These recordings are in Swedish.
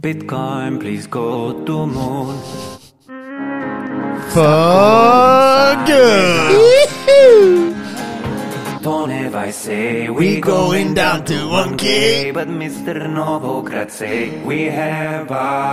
Bitcoin, please go to moon. For good. Don't ever say we going down to 1K, but Mr. Novokratsy, we have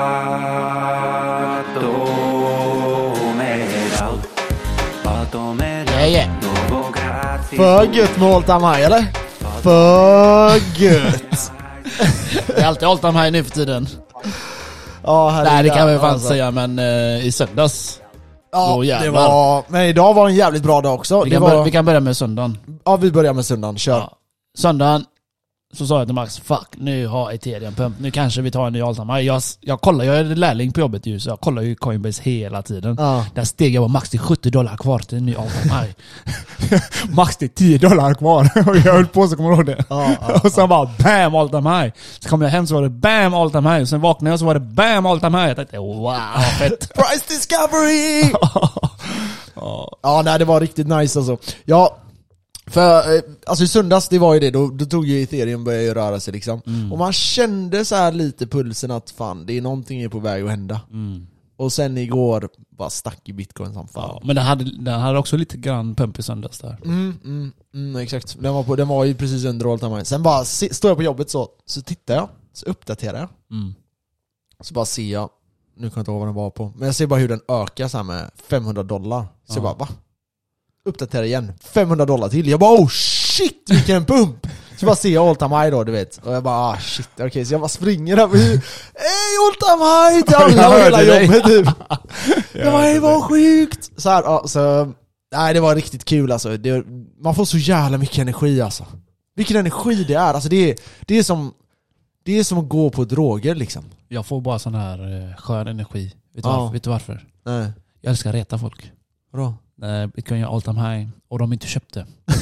För gött med Oldtime High, eller? För gött. Det är alltid Oldtime High nu för tiden. Ja, nej, det kan vi fan säga, men i söndags. Ja, det var... Men idag var en jävligt bra dag också. Vi kan börja med söndagen. Ja, vi börjar med söndagen, kör. Ja. Söndagen så sa jag till Max, fuck, nu har Ethereum pump. Nu kanske vi tar en ny Oldtime High. Jag kollar, jag är lärling på jobbet ju, så jag kollar ju Coinbase hela tiden. Ja. Där steg jag på Max till $70 kvar till en ny Oldtime High. Max till $10 kvar. Och jag höll på, så kommer du ihåg det. Och sen bara bam, Oldtime High. Så kom jag hem, så var det bam, Oldtime High. Sen vaknade jag, och så var det bam, Oldtime High. Jag tänkte, wow, fett. Price discovery! Ja, nej, det var riktigt nice alltså. Ja, för alltså i söndags, det var ju det, då tog ju Ethereum började röra sig liksom. Och man kände så här lite pulsen att fan, det är någonting på väg att hända. Och sen igår bara stack i Bitcoin som fan. Ja, men den hade också lite grann pump i söndags där. Exakt. Den var ju precis under all time. Sen bara står jag på jobbet, så tittar jag, så uppdaterar jag. Så bara ser jag, nu kan jag inte ihåg vad den var på, men jag ser bara hur den ökar så här med $500. Så jag bara, va? Uppdatera igen, $500 till. Jag bara, oh shit, vilken pump. Så bara ser jag Oldtime High då, du vet. Och jag bara, shit, okej. Så jag bara springer där, hej Oldtime High till alla och hela jobbet typ. Jag bara, hej, vad sjukt. Så här, ja, så nej, det var riktigt kul alltså. Man får så jävla mycket energi alltså. Vilken energi det är. Alltså det är som att gå på droger liksom. Jag får bara sån här skön energi. Vet du varför? Nej. Jag älskar att reta folk. Bra. Bitcoin gör Oldtime High och de inte köpte.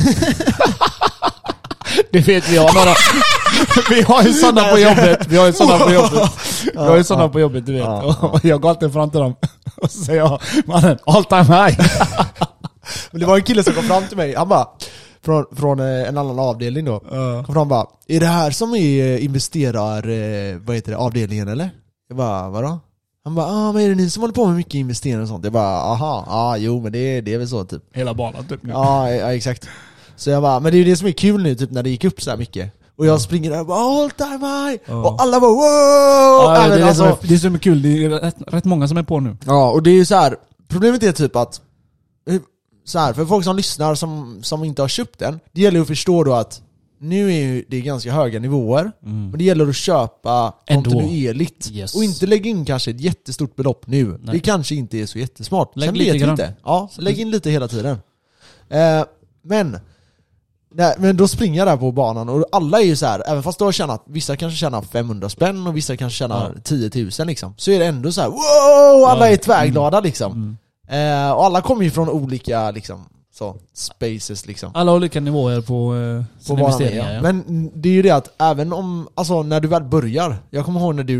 Det vet vi har några. Vi har ju sådana på jobbet. Vi har ju sådana på jobbet, du vet. Och jag går alltid fram till dem och så säger jag, mannen, Oldtime High. Men det var en kille som kom fram till mig. Han bara, från en annan avdelning då. Kom fram och bara, är det här som är avdelningen eller? Jag bara, vadå? Han bara, men är det ni som håller på med mycket investeringar och sånt? Jag bara, jo, men det är väl så typ. Hela banan typ. Ja, exakt. Så jag bara, men det är ju det som är kul nu typ när det gick upp så här mycket. Och jag springer där och bara, Oldtime High! Och alla bara, wow! Det är som är kul, det är rätt många som är på nu. Ja, och det är ju så här, problemet är typ att så här, för folk som lyssnar som inte har köpt den, det gäller att förstå då att nu är ju det ganska höga nivåer, men det gäller att köpa kontinuerligt. Yes. Och inte lägga in kanske ett jättestort belopp nu. Nej. Det kanske inte är så jättesmart. Lägg sen lite vet grann. Inte. Ja, så lägg in lite hela tiden. Men då springer jag där på banan och alla är ju så här, även fast du har tjänat, vissa kanske tjänar 500 spänn och vissa kanske tjänar 10 000 liksom, så är det ändå så här, wow, alla är tvärglada liksom. Och alla kommer ju från olika liksom, så spaces liksom. Alla olika nivåer på investeringar. Ja. Men det är ju det att även om, alltså när du väl börjar, jag kommer ihåg när du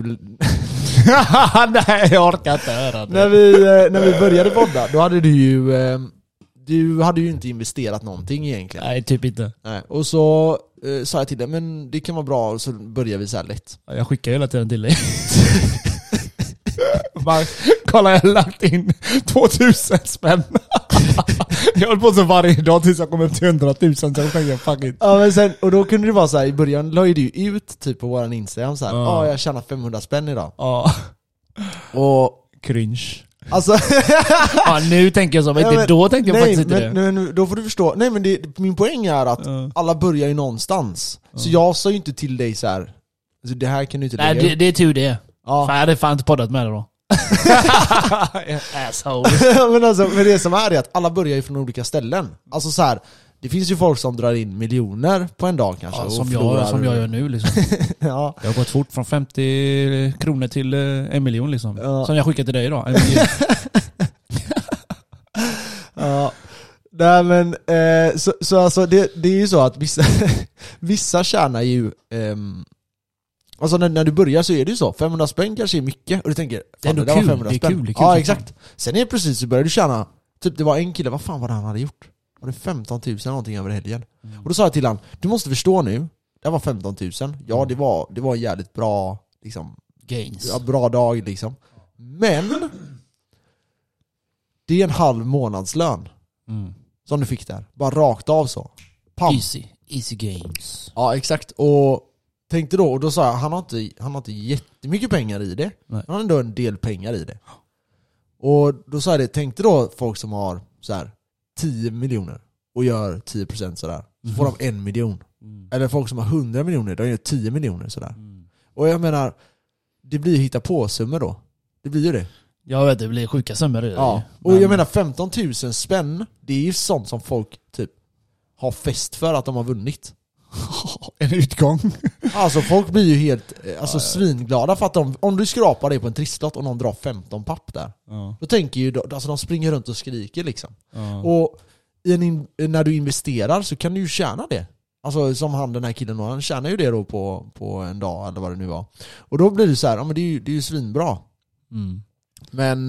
nej, jag orkar inte höra det. När vi började podda, då hade du hade ju inte investerat någonting egentligen. Nej, typ inte. Nej. Och så sa jag till dig, men det kan vara bra, och så börjar vi så här lätt. Jag skickar hela tiden till dig. Kolla, jag har lagt in 2000 spänn. Jag håller på så varje dag tills jag kommer upp till 100 000. Så jag tänker, fuck it. Ja, men sen, och då kunde det vara så här, i början la ju du ut typ på våran Instagram så här, jag tjänar 500 spänn idag. Ja. Och cringe. alltså nu tänker jag så, men inte då tänker jag faktiskt inte det. Men då får du förstå. Nej, men min poäng är att alla börjar ju någonstans. Så jag sa ju inte till dig så här, alltså, det här kan du inte lägga. Nej, det är tur det. Ja. Fan, jag hade fan inte poddat med det då. Asshole. men det som är att alla börjar ju från olika ställen. Alltså så här, det finns ju folk som drar in miljoner på en dag kanske. Ja, och som jag gör nu liksom. Ja. Jag har gått fort från 50 kronor till 1 miljon liksom. Ja. Som jag skickade till dig idag. 1 miljon. Ja. Nej, men så alltså det är ju så att vissa tjänar ju alltså när du börjar så är det ju så 500 spänn kanske är mycket och du tänker, det är ändå det kul, var 500 det är spänn. kul. Ja, exakt. Sen är det precis så börjar du tjäna typ, det var en kille, vad fan var det han hade gjort? Var det 15 000 någonting över helgen? Och då sa jag till han, du måste förstå nu, det var 15 000. Ja, det var jävligt bra liksom, Gains. Ja, bra dag liksom. Men det är en halv månadslön som du fick där. Bara rakt av så. Pam. Easy gains. Ja, exakt. Och tänkte då, och då sa jag, han har inte jättemycket pengar i det. Nej. Han har ändå en del pengar i det. Och då sa jag det, tänkte då folk som har så här 10 miljoner och gör 10% sådär, så får de 1 miljon. Eller folk som har 100 miljoner, de gör 10 miljoner sådär. Och jag menar, det blir ju hitta på summor då. Det blir ju det. Jag vet, det blir sjuka summor. Ja. Och jag menar 15 000 spänn, det är ju sånt som folk typ har fest för att de har vunnit. En utgång. Alltså folk blir ju helt svinglada för att om du skrapar det på en trisslott och någon drar 15 papp där. Då tänker ju, alltså de springer runt och skriker liksom. Och när du investerar så kan du ju tjäna det. Alltså som den här killen, han tjänar ju det då på en dag eller vad det nu var. Och då blir det så här, ja men det är ju svinbra. Men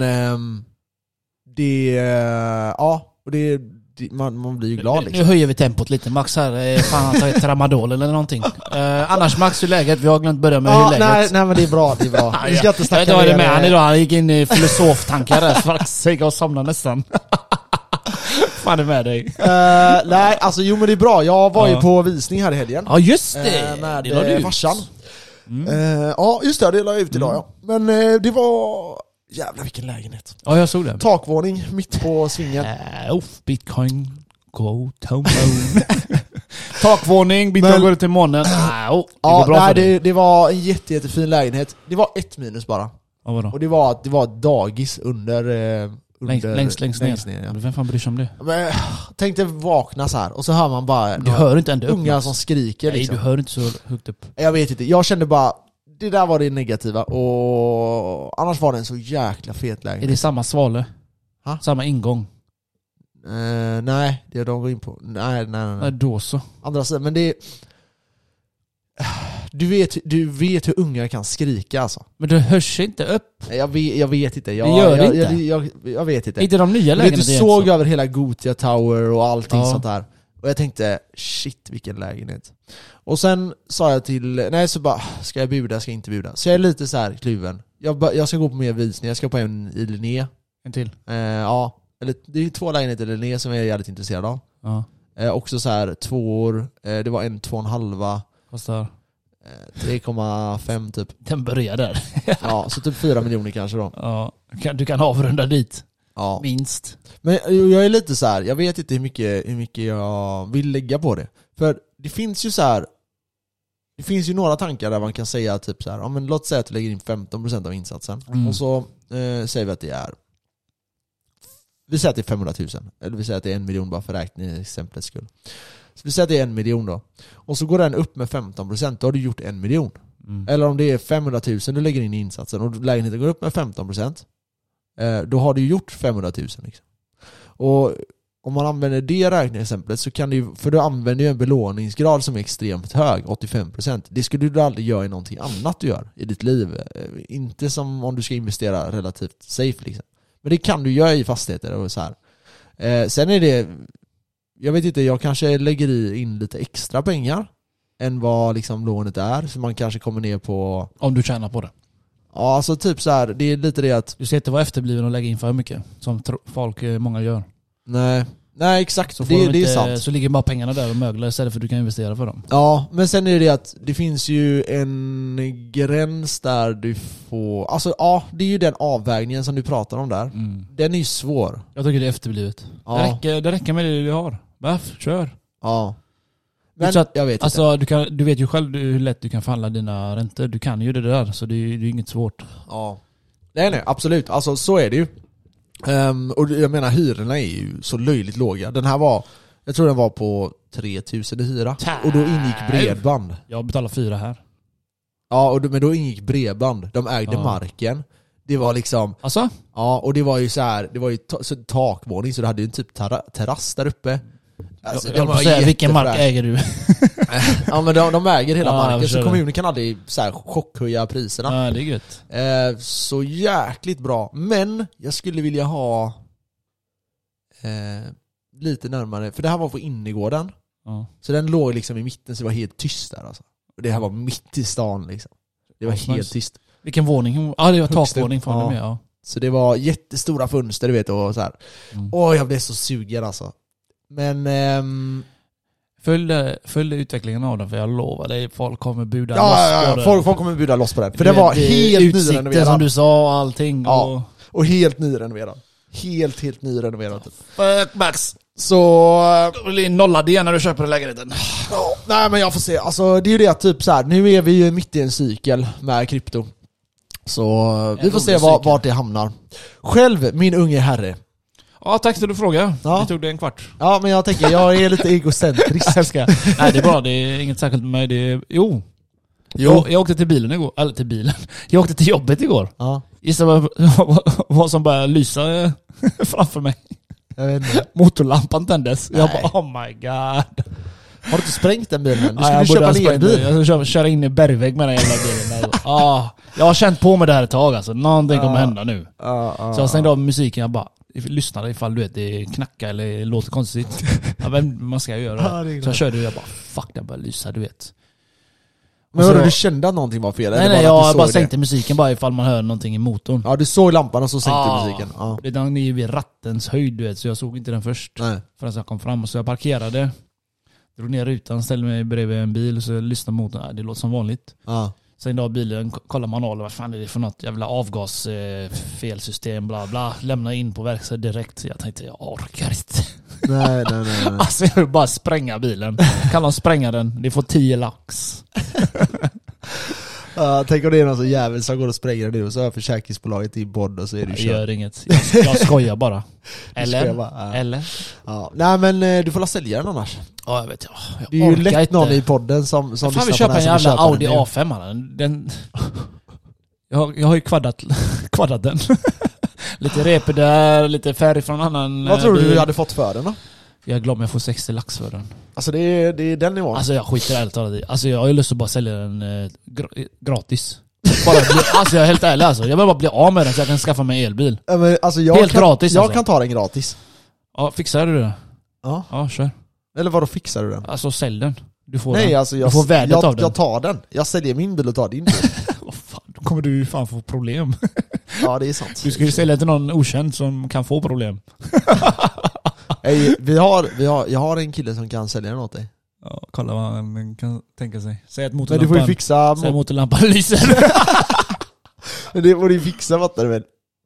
man blir ju glad liksom. Nu höjer vi tempot lite. Max här, fan han tar ett tramadol eller någonting. Annars Max, hur läget? Vi har glömt börja med hur läget. Nej men det är bra, det är bra. Vi ska inte snacka mer. Med han idag, han gick in i filosoftankar där. Faktiskt, och somnade nästan. Fan är med dig? Nej, alltså jo men det är bra. Jag var ju på visning här i helgen. Ja just det. Med farsan. Ja just det, det la jag ut idag ja. Men det var... Jävlar vilken lägenhet. Ja, jag såg det. Takvåning mitt på svingen. Bitcoin go to moon. Takvåning, Bitcoin går till månen. Det var en jättefin lägenhet. Det var ett minus bara. Ja, vadå? Och det var att det var ett dagis under längst ner. Ja. Vem fan bryr sig om det? Men, tänkte vakna så här och så hör man bara du hör inte ända upp unga som skriker liksom. Nej, du hör inte så högt upp. Jag vet inte. Jag kände bara det där var det negativa och annars var det en så jäkla fet lägenhet. Är det samma svale? Ha? Samma ingång? Nej, det de går in på. Nej. Då så. Andra sidan, men det är... Du vet hur unga kan skrika alltså. Men du hörs inte upp. Jag vet inte. Jag vet inte. Inte de nya lägenheterna. Du såg över hela Gothia Tower och allting sånt där. Och jag tänkte, shit vilken lägenhet. Och sen sa jag så bara, ska jag buda, ska jag inte buda. Så jag är lite så här kluven. Jag ska gå på mer visning, jag ska på en i Linné. En till? Ja, eller det är 2 lägenheter i Linné som jag är jävligt intresserad av. Också så här 2 år, det var 1,5. Kostar 3,5 typ. Den börjar där. Ja, så typ 4 miljoner kanske då. Ja, du kan avrunda dit. Ja. Minst. Men jag är lite så här, jag vet inte hur mycket jag vill lägga på det. För det finns ju så här, det finns ju några tankar där man kan säga typ så här, ja men låt säga att du lägger in 15% av insatsen. Och så säger vi att det är, vi säger att det är 500 000. Eller vi säger att det är 1 miljon bara för räkning i exemplets skull. Så vi säger att det är 1 miljon då. Och så går den upp med 15%, då har du gjort 1 miljon. Eller om det är 500 000 du lägger in i insatsen och lägenheten går upp med 15%, då har du gjort 500 000 liksom. Och om man använder det räkneexemplet så kan du, för du använder ju en belåningsgrad som är extremt hög, 85%. Det skulle du aldrig göra i någonting annat du gör i ditt liv. Inte som om du ska investera relativt safe liksom. Men det kan du göra i fastigheter och så här. Sen är det, jag vet inte, jag kanske lägger in lite extra pengar än vad liksom lånet är, så man kanske kommer ner på... Om du tjänar på det. Ja, alltså typ så här, det är lite det att... Du ska inte vara efterbliven och lägga in för mycket, som många gör. Nej, exakt. Så det är sant. Så ligger bara pengarna där och möglar istället för att du kan investera för dem. Ja, men sen är det att det finns ju en gräns där du får... Alltså ja, det är ju den avvägningen som du pratar om där. Den är ju svår. Jag tycker det är efterblivet. Ja. Det räcker med det du har. Kör. Ja. Men så att, jag vet alltså, inte. Du vet ju själv hur lätt du kan förhandla dina räntor. Du kan ju det där, så det är inget svårt. Ja. Nej, absolut. Alltså så är det ju. Och jag menar, hyrorna är ju så löjligt låga. Den här var, jag tror den var på 3000 i hyra. Och då ingick bredband. Jag betalar 4 här. Ja, men då ingick bredband. De ägde marken. Det var liksom... Alltså? Ja, och det var ju så här, det var ju takvåning, så det hade ju en typ terrass där uppe. Alltså, jag måste säga, vilken mark äger du? Ja, men de äger hela marken, så kommunen kan aldrig så här chockhöja priserna. Ja, det är gött. Så jäkligt bra. Men jag skulle vilja ha lite närmare, för det här var på innergården. Så den låg liksom i mitten, så det var helt tyst där alltså. Och det här var mitt i stan liksom. Det var helt tyst. Vilken våning? Ja, det var takvåning från det med, ja. Så det var jättestora fönster, du vet, och så här. Jag blev så sugen alltså. Men Följ utvecklingen av den, för jag lovar dig, folk kommer buda loss på den. Folk kommer buda loss på den. För det var helt nyrenoverad. Som du sa och allting. Ja, och helt nyrenoverad. Helt nyrenoverad. Fuck Max. Så... Du blir nollad igen när du köper lägenheten. Ja, nej men jag får se. Alltså det är ju det typ så här. Nu är vi ju mitt i en cykel med krypto. Så vi får se vart det hamnar. Själv, min unge herre. Ja, tack för att du frågade. Ja. Det tog det en kvart. Ja, men jag tänker, jag är lite egocentrisk. Nej, det är bra. Det är inget särskilt med mig. Det är... Jo. Jag åkte till bilen igår. Eller till bilen. Jag åkte till jobbet igår. Ja. Gissa vad som började lysa framför mig. Jag vet inte. Motorlampan tändes. Nej. Jag bara, oh my god. Har du inte sprängt den bilen? Du Ja, skulle köpa en elbil. Jag ska köra in i bergvägg med den jävla bilen. Jag har känt på mig det här ett tag alltså. Någonting kommer hända nu. Så jag stängde av musiken. Jag bara lyssnade ifall du vet det knackar eller låter konstigt. Ja, men man ska ju göra det. Så jag körde och jag bara fuck, den började lysa, du vet. Men vadå, du kände att någonting var fel? Nej, jag bara sänkte musiken bara ifall man hör någonting i motorn. Ja, du såg lampan och så sänkte du musiken. Ja. Den är ju vid rattens höjd, du vet, så jag såg inte den först. Nej. Förrän jag kom fram, och så jag parkerade. Drog ner rutan, ställde mig bredvid en bil och så lyssnade motorn. Det låter som vanligt. Ja. Sen då bilen, kollar manualen, vad fan är det för något jävla avgasfelsystem, bla bla. Lämna in på verkstad direkt. Jag tänkte, jag orkar inte. Nej. Alltså jag vill bara spränga bilen. Kan de spränga den? Det får 10 lax. Tänk om det är någon så jävel som går och spränger det och så har försäkringsbolaget i bodd och så är det kört. Jag gör inget. Jag skojar bara. Eller? Eller? Ja. Nej men du får la sälja den annars. Ja, jag vet. Det är ju lätt inte. Någon i podden som fan vill köpa en jävla Audi A5. Jag har ju kvaddat den. Lite repor där, lite färg från annan. Vad tror du hade fått för den då? Jag är glad om jag får 60 lax för den. Alltså det är den nivån. Alltså jag skiter ärligt talat i. Alltså jag har ju lust att bara sälja den gratis. Alltså jag är helt ärlig alltså. Jag vill bara bli av med den så jag kan skaffa mig elbil. Men, alltså, helt gratis jag alltså. kan ta den gratis. Ja, fixar du det? Ja, kör. Eller vadå fixar du den? Alltså sälj den. Du får Nej, den. Alltså du får värdet av den. Jag tar den. Jag säljer min bil och tar din bil. Vad fan, då kommer du fan få problem. Ja, det är sant. Du ska ju sälja till någon okänd som kan få problem. Hey, jag har en kille som kan sälja den åt dig. Ja, kolla vad han kan tänka sig. Säg att motorlampan. Men du får ju fixa... Säg att motorlampan lyser. Men det får du fixa, fattar du väl?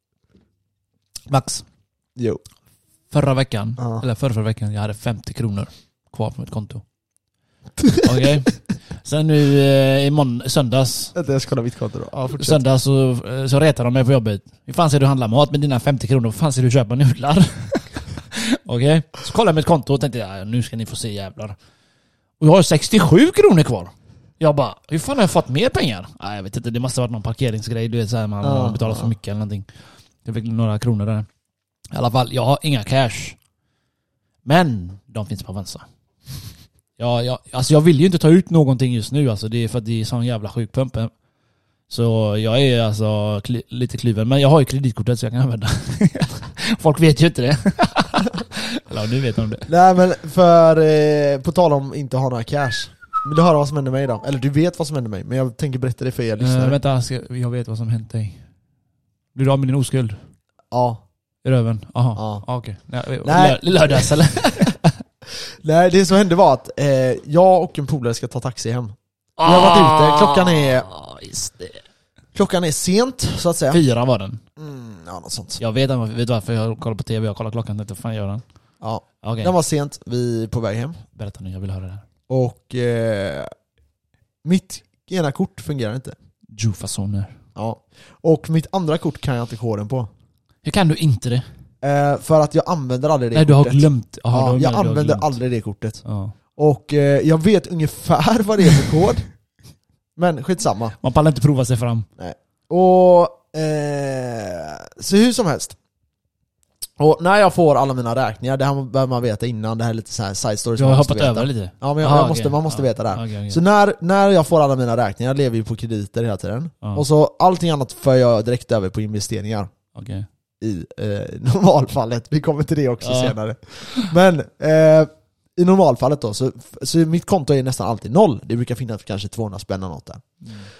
Max. Jo. Förra veckan, eller förra veckan, jag hade 50 kronor kvar på mitt konto. Okej. Sen nu i söndags. Jag ska kolla mitt konto då. Ja, söndags så retar de mig på jobbet. Hur fan ser du handla mat med dina 50 kronor? Hur fan ser du köpa nudlar? Okej. Så kollade jag mitt konto och tänkte, nu ska ni få se jävlar. Och jag har 67 kronor kvar. Jag bara, hur fan har jag fått mer pengar? Nej, jag vet inte, det måste ha varit någon parkeringsgrej. Du vet såhär, man har betalat för mycket eller någonting. Jag fick några kronor där. I alla fall, jag har inga cash. Men de finns på Avanza. Alltså jag vill ju inte ta ut någonting just nu. Alltså det är för att det är sån jävla sjukpump. Så jag är alltså lite kluven. Men jag har ju kreditkortet så jag kan använda. Folk vet ju inte det. Eller nu vet de det. Nej men för på tal om inte ha några cash. Vill du höra vad som hände mig då? Eller du vet vad som hände mig. Men jag tänker berätta det för er lyssnare. Vänta, jag vet vad som hände dig. Blir du av med din oskuld? Ja. I röven? Aha. Ja. Okej. Nej. Lördags eller? Nej, det som hände var att jag och en polare ska ta taxi hem. Vi har varit ute, klockan är sent så att säga. 4 var den. Ja, något sånt. Jag vet varför jag kollar på tv, jag kollar klockan, inte fan gör den. Ja, okay. Den var sent, vi är på väg hem. Berätta nu, jag vill höra det här. Och mitt ena kort fungerar inte. Jufasoner. Ja. Och mitt andra kort kan jag inte koden på. Hur kan du inte det? För att jag använder aldrig det kortet. Du har glömt. Aha, jag använder aldrig det kortet. Ja. Och jag vet ungefär vad det är för kod. Men skitsamma. Man pallar inte prova sig fram. Nej. Och så hur som helst. Och när jag får alla mina räkningar, det här behöver man veta innan, det här är lite så här side stories. Jag har hoppat över lite. Ja, men man måste veta det här. Okay. Så när jag får alla mina räkningar, jag lever ju på krediter hela tiden. Och så allting annat för jag direkt över på investeringar. Okay. I normalfallet. Vi kommer till det också senare. Men i normalfallet då så mitt konto är nästan alltid 0. Det brukar finnas kanske 200 spänn eller något där.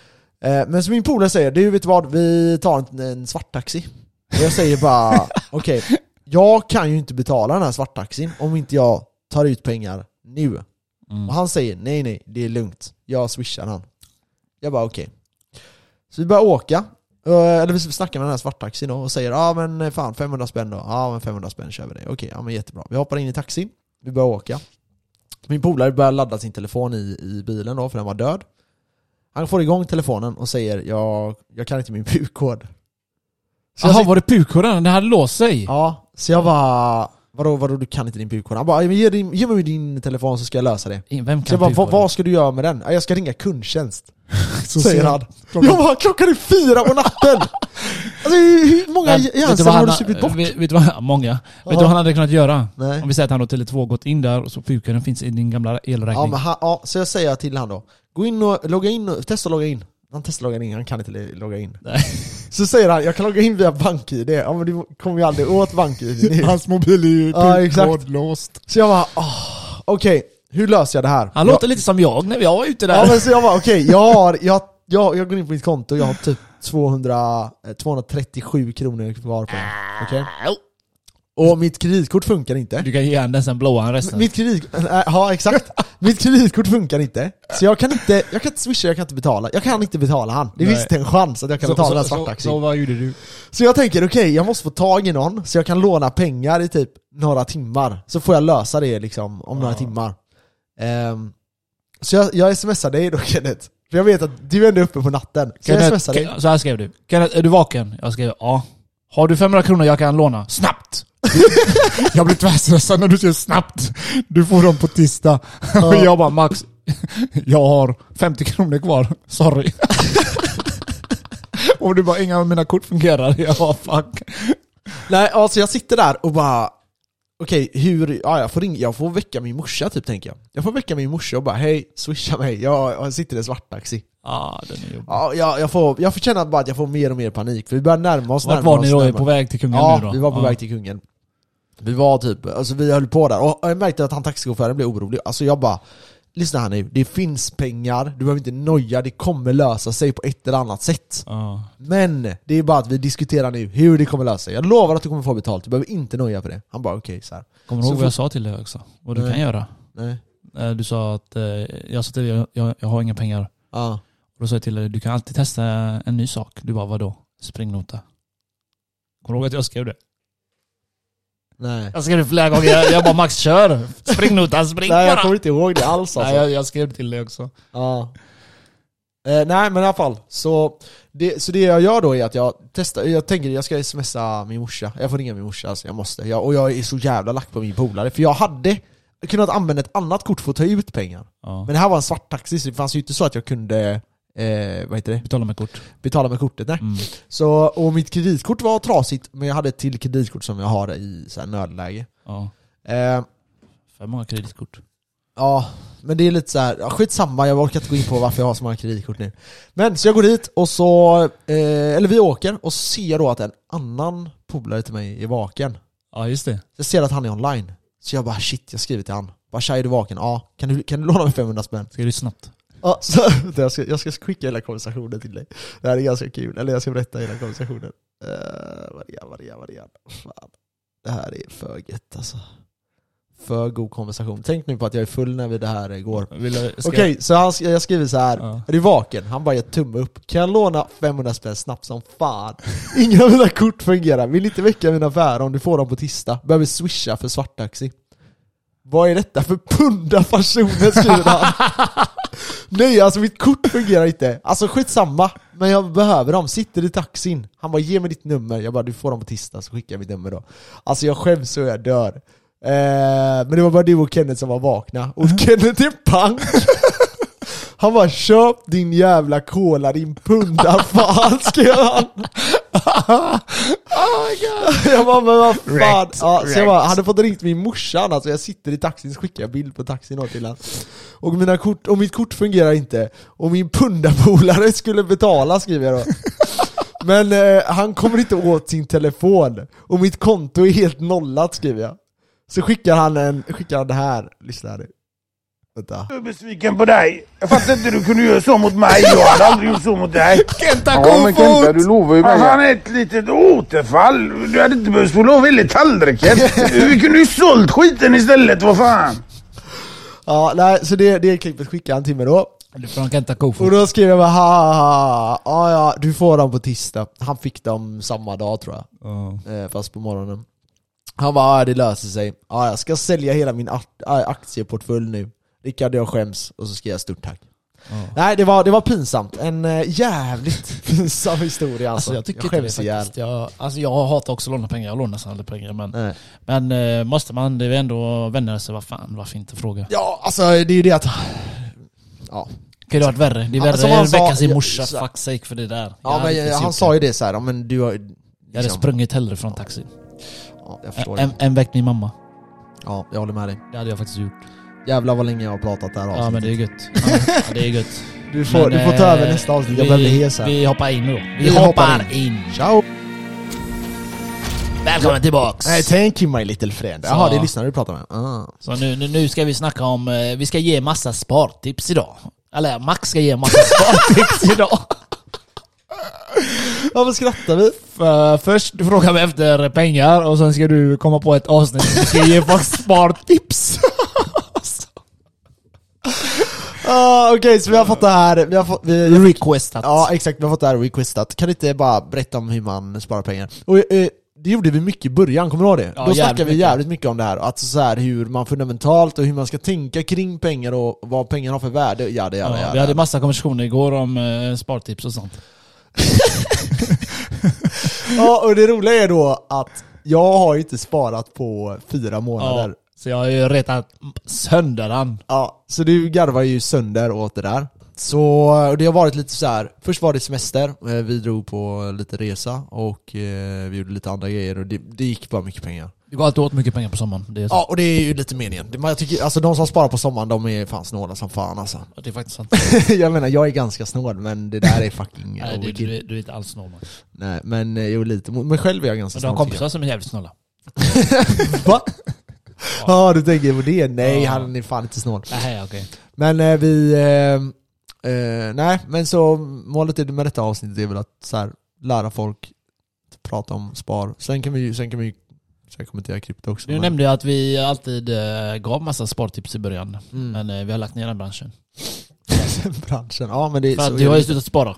Men som min polare säger, du vet vad, vi tar en svarttaxi. Och jag säger bara, okej, jag kan ju inte betala den här svarttaxin om inte jag tar ut pengar nu. Och han säger, nej, det är lugnt. Jag swishar han. Jag bara, okej. Så vi börjar åka. Eller vi snackar med den här svarttaxin då och säger, men fan 500 spänn då. Ja, men 500 spänn kör vi det. Okej, men jättebra. Vi hoppar in i taxin. Vi börjar åka. Min polare börjar ladda sin telefon i bilen då, för den var död. Han får igång telefonen och säger, jag kan inte min PUK-kod. Jaha, var det PUK-koden? Det hade låst sig? Ja, så jag bara, vadå du kan inte din PUK-kod? Han bara, ge mig din telefon så ska jag lösa det. Vem kan så jag bara, vad ska du göra med den? Jag ska ringa kundtjänst. Så säger han. Jag bara, klockan är 4 på natten. Alltså hur många hjärnceller har du supit bort? Vet du vad, många. Vet du vad han hade kunnat göra? Nej. Om vi säger att han då Tele2 gått in där och så PUK-koden finns i din gamla elräkning. Så jag säger till han då, gå in och logga in och testa att logga in. Han testar logga in, han kan inte logga in. Nej. Så säger han, jag kan logga in via BankID. Ja, men du kommer ju aldrig åt BankID nu. Hans mobil är ju kodlåst. Så jag bara, okej, hur löser jag det här? Han låter lite som jag när jag var ute där. Ja, men så jag bara, okej, jag går in på mitt konto, jag har typ 237 kronor kvar på det. Okej? Och mitt kreditkort funkar inte. Du kan ge han den sen blåa han resten. Ja, exakt. Mitt kreditkort funkar inte. Så jag kan inte swisha, jag kan inte betala. Jag kan inte betala han. Det finns inte en chans att jag kan betala den här svarttaxin. Så vad gjorde du? Så jag tänker, okej, jag måste få tag i någon så jag kan låna pengar i typ några timmar. Så får jag lösa det liksom om några timmar. Så jag smsar dig då, Kenneth. För jag vet att du är ändå uppe på natten. Så jag smsar dig. Så här skrev du. Kenneth, är du vaken? Jag skrev, ja. Har du 500 kronor jag kan låna? Snabbt! Jag blir tvärstressad när du säger snabbt. Du får dem på tisdag. Och jag bara, Max, jag har 50 kronor kvar. Sorry. Och du bara, inga av mina kort fungerar. Jag bara, fuck. Nej, alltså jag sitter där och bara, okej, jag får väcka min morsa typ, tänker jag. Jag får väcka min morsa och bara, hej, swisha mig. Jag sitter i en svarttaxi. Den är jobbig. Ja, jag får känna bara att jag får mer och mer panik. För vi börjar närma oss. Vart var ni då? På väg till kungen nu då? Ja, vi var på väg till kungen. Vi var typ, alltså vi höll på där. Och jag märkte att han taxichauffören blev orolig. Alltså jag bara, lyssna här nu, det finns pengar, du behöver inte noja, det kommer lösa sig på ett eller annat sätt. Men det är bara att vi diskuterar nu hur det kommer lösa sig. Jag lovar att du kommer få betalt, du behöver inte noja på det. Han bara, okej, så här. Kommer du ihåg vad jag sa till dig också? Vad du kan göra? Nej. Du sa att, jag sa till dig, jag har inga pengar. Och då sa jag till dig, du kan alltid testa en ny sak. Du bara, vadå? Springnota. Kommer du ihåg att jag skrev det? Nej. Jag skrev det flera gånger. Jag bara, Max, kör. Springnota, spring bara. Nej, jag kommer inte ihåg det alls alltså. Nej, jag skrev till dig också. Ja. Nej, men i alla fall. Så det jag gör då är att jag testar. Jag tänker jag ska smsa min morsa. Jag får ringa min morsa, alltså jag måste. Och jag är så jävla lack på min polare. För jag hade kunnat använda ett annat kort för att ta ut pengar. Men det här var en svart taxi, så det fanns ju inte så att jag kunde vad heter det? Betala med kortet, nej. Så, och mitt kreditkort var trasigt, men jag hade ett till kreditkort som jag har i så här nödläge. För många kreditkort. Ja, men det är lite så här, skitsamma, jag orkar inte gå in på varför jag har så många kreditkort nu. Men så jag går dit och så eller vi åker och ser då att en annan polare till mig är vaken. Ja, just det. Jag ser att han är online. Så jag bara, shit, jag skriver till han. Bara, tjej, är du vaken? Ja, kan du låna mig 500 spänn? Ska du snabbt? Ja, så jag ska skicka hela konversationen till dig. Det här är ganska kul. Eller jag ska berätta hela konversationen. Vad det är. Fan. Det här är för gött alltså. För god konversation. Tänk nu på att jag är full när vi det här går. Okej, så jag skriver så här. Är du vaken? Han bara ger tumme upp. Kan jag låna 500 spänn snabbt som fan? Inga av mina kort fungerar. Vill inte väcka mina affärer om du får dem på tisdag. Behöver swisha för svarttaxi. Vad är detta för pundafasoner, skriver han. Nej, alltså mitt kort fungerar inte. Alltså skitsamma, men jag behöver dem. Sitter i taxin. Han bara, ge mig ditt nummer. Jag bara, du får dem på tisdag, så skickar jag mitt nummer då. Alltså jag skäms så jag dör. Men det var bara du och Kenneth som var vakna. Och Kenneth är pank. Han bara, köp din jävla cola, din pundafan, skrev han. Oh my god. Jag bara, men vad fan. Ja, så jag bara, hade fått ringt min morsa. Alltså jag sitter i taxin, så skickar jag bild på taxin då till han. Och mitt kort fungerar inte. Och min pundapolare skulle betala, skriver jag då. Men han kommer inte åt sin telefon. Och mitt konto är helt nollat, skriver jag. Så skickar han det här. Lyssna här nu. Vänta. Jag är besviken på dig. Jag fattar inte du kunde göra så mot mig. Jag hade aldrig gjort så mot dig. Kenta Ja, men Kenta, du lovar ju mig. Han är ett litet återfall. Du hade inte behövt få lov i tallriken. Vi kunde ju sålt skiten istället, vad fan. Ja, nej, så det klippet skickade han till mig då. Du får Kenta Kofot. Och då skrev jag bara ja, du får dem på tisdag. Han fick dem samma dag tror jag. Fast på morgonen. Han bara, det löser sig. Ja, jag ska sälja hela min aktieportfölj nu. Rickard, jag skäms. Och så ska jag stort tack. Nej, det var pinsamt. En jävligt pinsam historia alltså. Jag tycker jag inte det faktiskt. Jag hatar också att låna pengar. Jag lånar nästan aldrig pengar. Men måste man, det är ändå vänner sig, varför inte fråga? Ja, alltså det är ju det att... Ja. Det hade varit värre. Det är värre att väcka sin morsa, fuck sake för det där. Ja, men han sa ju det så här, men du har... Liksom, jag hade sprungit hellre från taxi. Ja, jag förstår en väckt min mamma. Ja, jag håller med dig. Det hade jag faktiskt gjort. Jävlar vad länge jag har pratat där. Ja, men det är gött. Ja, det är gött. Du får ta över nästa avsnitt. Jag behöver hes här. Vi hoppar in då. Vi hoppar in. Ciao. Välkommen tillbaks. Nej, thank you my little friend. Jaha, det är lyssnare du pratar med. Så nu ska vi snacka om... Vi ska ge massa spartips idag. Eller Max ska ge massa spartips idag. Varför skrattar vi? Först du frågar mig efter pengar och sen ska du komma på ett avsnitt som ska ge folk spartips. Okej, så vi har fått det här. Vi har requestat. Ja, exakt. Vi har fått det här requestat. Kan du inte bara berätta om hur man sparar pengar? Och det gjorde vi mycket i början, kommer du ihåg det? Ja, då snackade vi jävligt mycket om det här. Alltså så här, hur man fundamentalt och hur man ska tänka kring pengar och vad pengar har för värde. Ja. Vi hade massa konversationer igår om spartips och sånt. Ja, och det roliga är då att jag har inte sparat på 4 månader. Ja, så jag har ju retat sönder han. Ja, så du garvar ju sönder åt det där. Så det har varit lite så här. Först var det semester, vi drog på lite resa och vi gjorde lite andra grejer och det gick bara mycket pengar. Det går alltid åt mycket pengar på sommaren. Det är så. Ja, och det är ju lite meningen. Jag tycker, alltså de som sparar på sommaren, de är fan snåla som fan alltså. Ja, det är faktiskt sant. Jag menar, jag är ganska snål, men det där är fucking... Nej, du är inte alls snål. Nej, men jag är lite... Men själv är jag ganska snål. snål. Du har kompisar som är jävligt snåla. Va? Ja, du tänker på det? Nej, han är fan inte snål. Nej, okej. Men nej, men så målet med detta avsnittet är väl att så här, lära folk prata om spar. Sen kan vi kommentera krypto också. Du nämnde ju att vi alltid gav massa spartips i början. Men vi har lagt ner den branschen. Branschen? Ja, men det är för så... att du har ju slutat spara.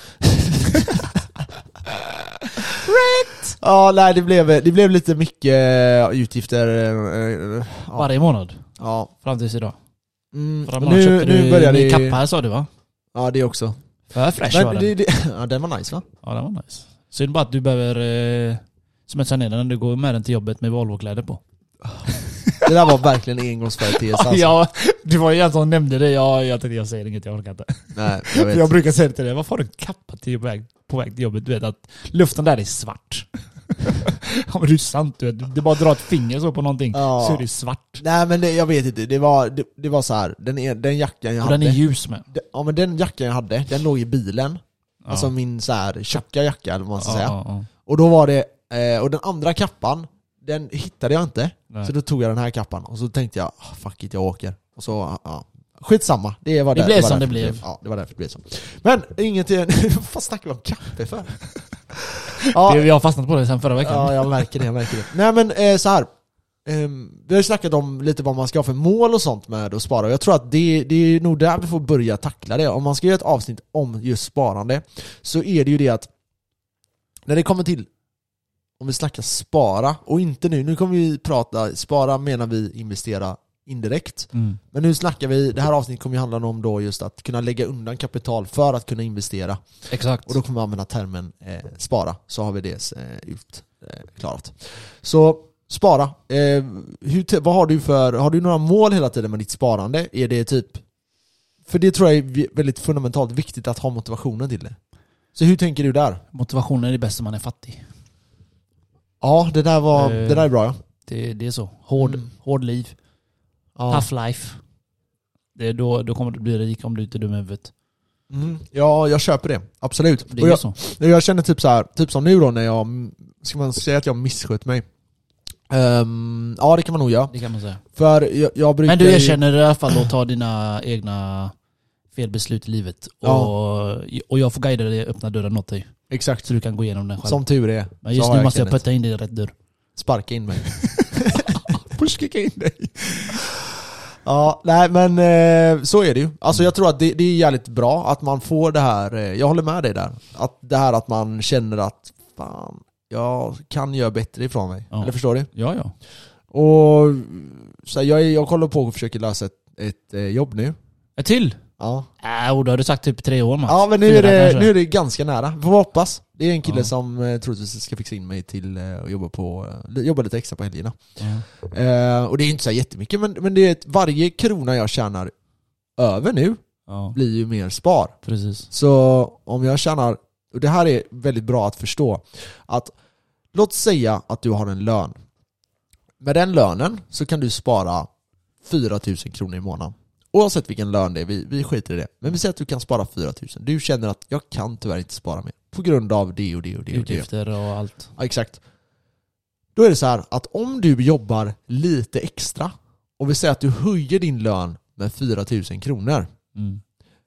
Rätt! Ja, nej, det blev lite mycket utgifter. Varje månad? Ja. Fram tills idag. Nu börjar det... kappa här, sa du va? Ja, det också. För fresh var den. Ja, den var nice va? Ja, den var nice. Synd bara att du behöver smätsa ner den när du går med den till jobbet med Volvo-kläder på. Det där var verkligen en engångsföreteelse alltså. Ja, det var ju en som nämnde det. Jag tänkte jag säger inget, jag orkar inte. Nej, jag vet. Jag brukar säga det till dig. Varför har du kappa till på väg till jobbet? Du vet att luften där är svart. Ja, men det är sant, du vet. Det bara drar ett finger så på någonting, så är det svart. Nej, men jag vet inte. Det var så här. Den jackan jag hade. Den är ljus med. Ja, men den jackan jag hade, den låg i bilen. Ja. Alltså min så här tjocka jacka, eller vad man ska säga. Ja. Och då var det... och den andra kappan, den hittade jag inte. Nej. Så då tog jag den här kappan. Och så tänkte jag, fuck it, jag åker. Och så, skitsamma. Det blev som det blev. Ja, det var därför det blev så. Men ingenting... Vad snackar vi om kaffe för? Vi har fastnat på det sen förra veckan. Ja, jag märker det. Nej, men så här. Vi har ju snackat om lite vad man ska ha för mål och sånt med att spara. Jag tror att det är nog där vi får börja tackla det. Om man ska göra ett avsnitt om just sparande, så är det ju det att när det kommer till, om vi snackar spara, och inte nu kommer vi prata, spara menar vi investera indirekt. Men nu snackar vi, det här avsnittet kommer ju handla om då just att kunna lägga undan kapital för att kunna investera. Exakt. Och då kommer vi använda termen spara, så har vi det utklarat. Så spara. Vad har du några mål hela tiden med ditt sparande? Är det typ, för det tror jag är väldigt fundamentalt viktigt att ha motivationen till det. Så hur tänker du där? Motivationen är det bästa om man är fattig. Ja, det där är bra. Ja. Det är så. Hård liv. Ja. Tough life. Då kommer du bli rik om du inte är dum i huvudet. Ja, jag köper det. Absolut. Det är så. Jag känner typ så här, typ som nu då när ska man säga att jag misskött mig. Ja, det kan man nog göra. Det kan man säga. För jag brukar Men du erkänner i alla fall att ta dina egna felbeslut i livet. Och jag får guida dig, öppna dörren åt dig. Exakt. Så du kan gå igenom den själv. Som tur är. Men just nu måste jag putta in dig i rätt dörr. Sparka in mig. Pushkicka in dig. Ja, nej men så är det ju. Alltså jag tror att det är jävligt bra att man får det här, jag håller med dig där. Att det här att man känner att fan, jag kan göra bättre ifrån mig. Ja. Eller förstår du? Ja. Och så jag kollar på och försöker lösa ett jobb nu. Ett till? Ja. Och då har du sagt typ 3 år, Mats. Ja, men nu är det ganska nära. Vi får hoppas. Det är en kille Ja. som troligtvis ska fixa in mig till att jobba lite extra på helgerna. Ja. Och det är inte så jättemycket, men det är varje krona jag tjänar över nu Ja, blir ju mer spar. precis. Så om jag tjänar, och det här är väldigt bra att förstå, att låt säga att du har en lön. Med den lönen så kan du spara 4 000 kronor i månaden. Oavsett vilken lön det är, vi skiter i det. Men vi säger att du kan spara 4 000. Du känner att jag kan tyvärr inte spara mer på grund av det och det och det. Utgifter och allt. Ja, exakt. Då är det så här att om du jobbar lite extra och vi säger att du höjer din lön med 4 000 kronor. Mm.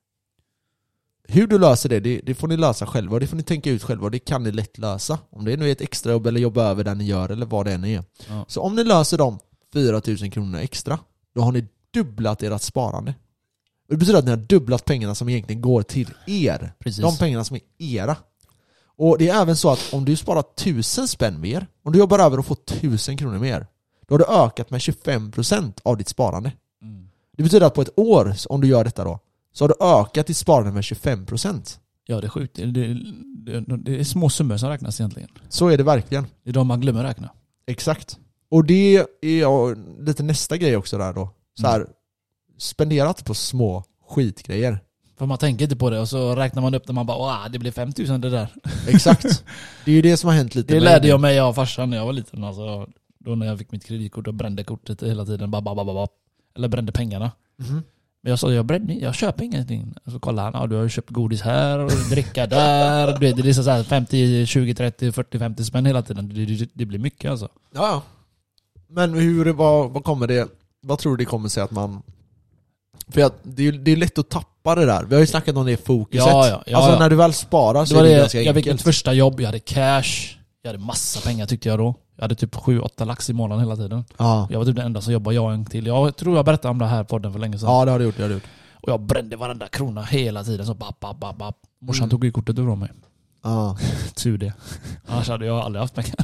Hur du löser det får ni lösa själva och det får ni tänka ut själva och det kan ni lätt lösa. Om det nu är ett extra jobb eller jobba över där ni gör eller vad det än är. Ja. Så om ni löser de 4 000 kronorna extra, då har ni dubblat ert sparande. Och det betyder att ni har dubblat pengarna som egentligen går till er. Precis. De pengarna som är era. Och det är även så att om du sparar 1000 spänn mer, om du jobbar över och får 1000 kronor mer, då har du ökat med 25% av ditt sparande. Mm. Det betyder att på ett år, om du gör detta då, så har du ökat ditt sparande med 25%. Ja, det är sjukt. Det är små summor som räknas egentligen. Så är det verkligen. Det är de man glömmer räkna. Exakt. Och det är lite nästa grej också där då. Så här, spenderat på små skitgrejer. För man tänker inte på det och så räknar man upp när man bara det blir 5 000 det där. Exakt. Det är ju det som har hänt lite. Det lärde jag mig av farsan när jag var liten. Alltså, då när jag fick mitt kreditkort och brände kortet hela tiden. Eller brände pengarna. Mhm. Men jag sa, jag köper ingenting. Och så kollade han, du har ju köpt godis här och dricka där. Det är så här 50, 20, 30, 40, 50 spänn hela tiden. Det blir mycket alltså. Ja. Men vad kommer det? Vad tror du det kommer sig att man... För det är lätt att tappa det där. Vi har ju snackat om det fokuset. Ja, alltså när du väl sparar så det var är det det, ganska jag fick enkelt. mitt första jobb, jag hade cash. Jag hade massa pengar tyckte jag då. Jag hade typ 7-8 lax i månaden hela tiden. Ja. Jag var typ den enda som jobbade, jag en till. Jag tror jag berättade om det här podden för länge sedan. Ja, det har du gjort. Och jag brände varenda krona hela tiden. Så Morsan tog ju kortet ur mig. Ja. Tur det. Annars hade jag aldrig haft pengar.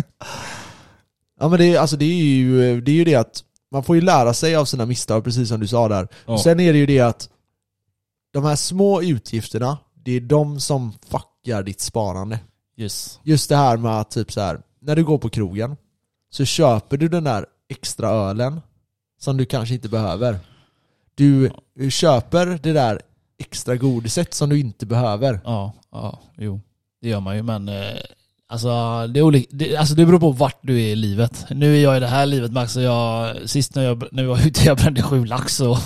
Ja, men det är ju det att man får ju lära sig av sina misstag, precis som du sa där. Ja. Och sen är det ju det att de här små utgifterna, det är de som fuckar ditt sparande. Yes. Just det här med att typ så här, när du går på krogen så köper du den där extra ölen som du kanske inte behöver. Du köper det där extra godiset som du inte behöver. Ja, jo. Det gör man ju, men alltså det är olika, det beror på vart du är i livet. Nu är jag i det här livet, Max, och sist när jag var ute, jag brände 7 lax och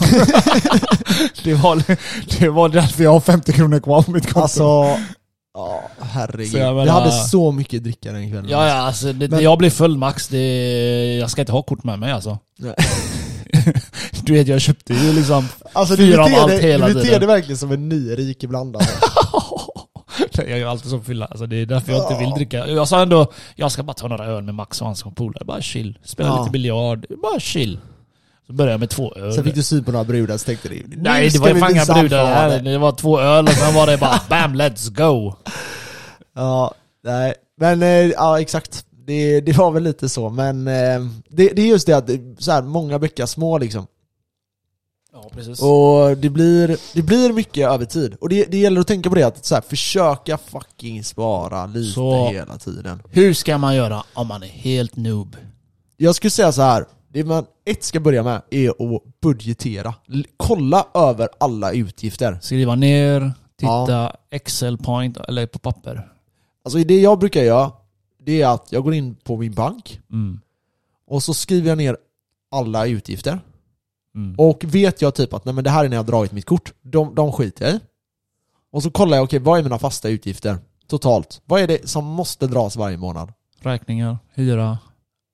det var därför jag har 50 kronor kvar på mitt konto. Alltså, ja, herregud. Så jag menar- Jag hade så mycket dricka den kvällen. ja, alltså när jag blir full, Max, jag ska inte ha kort med mig alltså. Nej. Du vet, jag köpte ju liksom Alltså, 4 av allt hela du beter tiden. dig verkligen som en nyrik ibland. Alltså. Jag är alltid så fylla, alltså det är därför jag inte vill dricka. Jag sa ändå, jag ska bara ta några öl med Max och hans polare, bara chill. Spela lite biljard, bara chill. Så började jag med 2 öl. Sen fick du syn på några brudar så tänkte du, Nej, det var ju fan inga brudar här. Det var 2 öl och sen var det bara bam, let's go. Ja, nej. Men ja, exakt. Det var väl lite så. Men det är just det att så här, många bäckar små liksom. Ja, precis. Och det blir mycket över tid. Och det gäller att tänka på det, att så här, försöka fucking spara lite hela tiden. Hur ska man göra om man är helt noob? Jag skulle säga så här. Det man ska börja med är att budgetera. Kolla över alla utgifter. Skriva ner, titta Excel point eller på papper. Alltså det jag brukar göra, det är att jag går in på min bank och så skriver jag ner alla utgifter. Och vet jag typ att nej, men det här är när jag har dragit mitt kort. De skiter jag i. Och så kollar jag, okej, vad är mina fasta utgifter totalt? Vad är det som måste dras varje månad? Räkningar, hyra.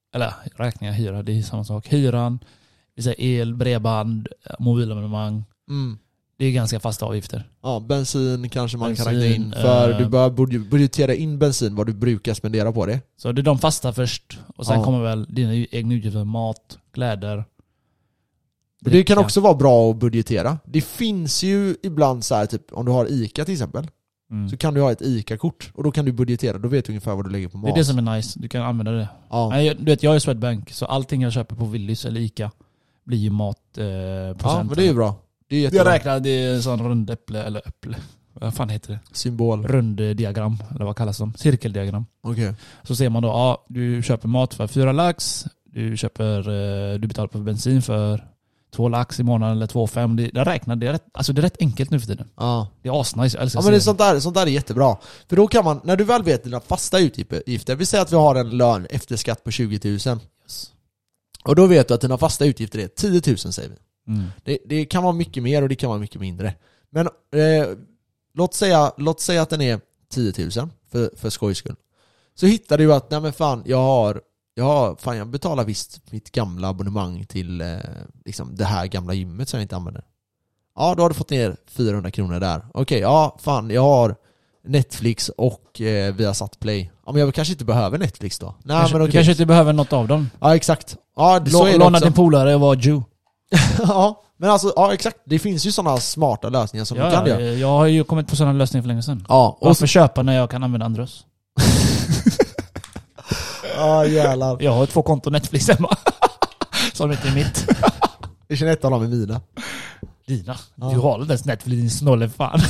eller räkningar, hyra, det är samma sak. Hyran, vi säger el, bredband, mobilabonnemang. Det är ganska fasta avgifter. Ja, bensin kanske man kan räkna in. För du bör budgetera in bensin, vad du brukar spendera på det. Så det är de fasta först. Och sen kommer väl dina egna utgifter, mat, kläder. Det kan också vara bra att budgetera. Det finns ju ibland så här, typ om du har ICA till exempel. Så kan du ha ett ICA-kort. Och då kan du budgetera, då vet du ungefär vad du lägger på mat. Det är det som är nice, du kan använda det. Ja. Du vet, jag är Swedbank, så allting jag köper på Willys eller ICA blir ju matprocent. Ja, men det är ju bra. Det är jättebra. Jag räknar, det är en sån rund äpple. Vad fan heter det? Symbol. Rund diagram, eller vad kallas de? Cirkeldiagram. Okej. Så ser man då, du köper mat för 4 lax. Du betalar på bensin för 2 lax i månaden eller 2,5. Det räknar, det är rätt enkelt nu för tiden. Ja. Det är asnice, jag älskar men det är sånt där är jättebra. För då kan man, när du väl vet dina fasta utgifter, vi säger att vi har en lön efter skatt på 20 000. Yes. Och då vet du att dina fasta utgifter är 10 000, säger vi. Det kan vara mycket mer och det kan vara mycket mindre. Men låt säga att den är 10 000 för skojs skull. Så hittar du att nej men fan, jag betalar visst mitt gamla abonnemang till liksom det här gamla gymmet som jag inte använder. Ja, då har du fått ner 400 kronor där. Okej, ja fan, jag har Netflix och Viasat Play. Ja, men jag kanske inte behöver Netflix då. Nej, men du kanske inte behöver något av dem. Ja, exakt. Ja, så är det låna också. din polare och vara Jew. Ja, men alltså, ja exakt. Det finns ju sådana smarta lösningar som du kan göra. Jag har ju kommit på sådana lösningar för länge sedan. Ja, och varför köpa när jag kan använda andras? Ja, jävlar. Jag har 2 konton Netflix hemma. Som inte är mitt. Jag känner ett av dem är mina. Dina? Du har inte ens Netflix, din snåle fan.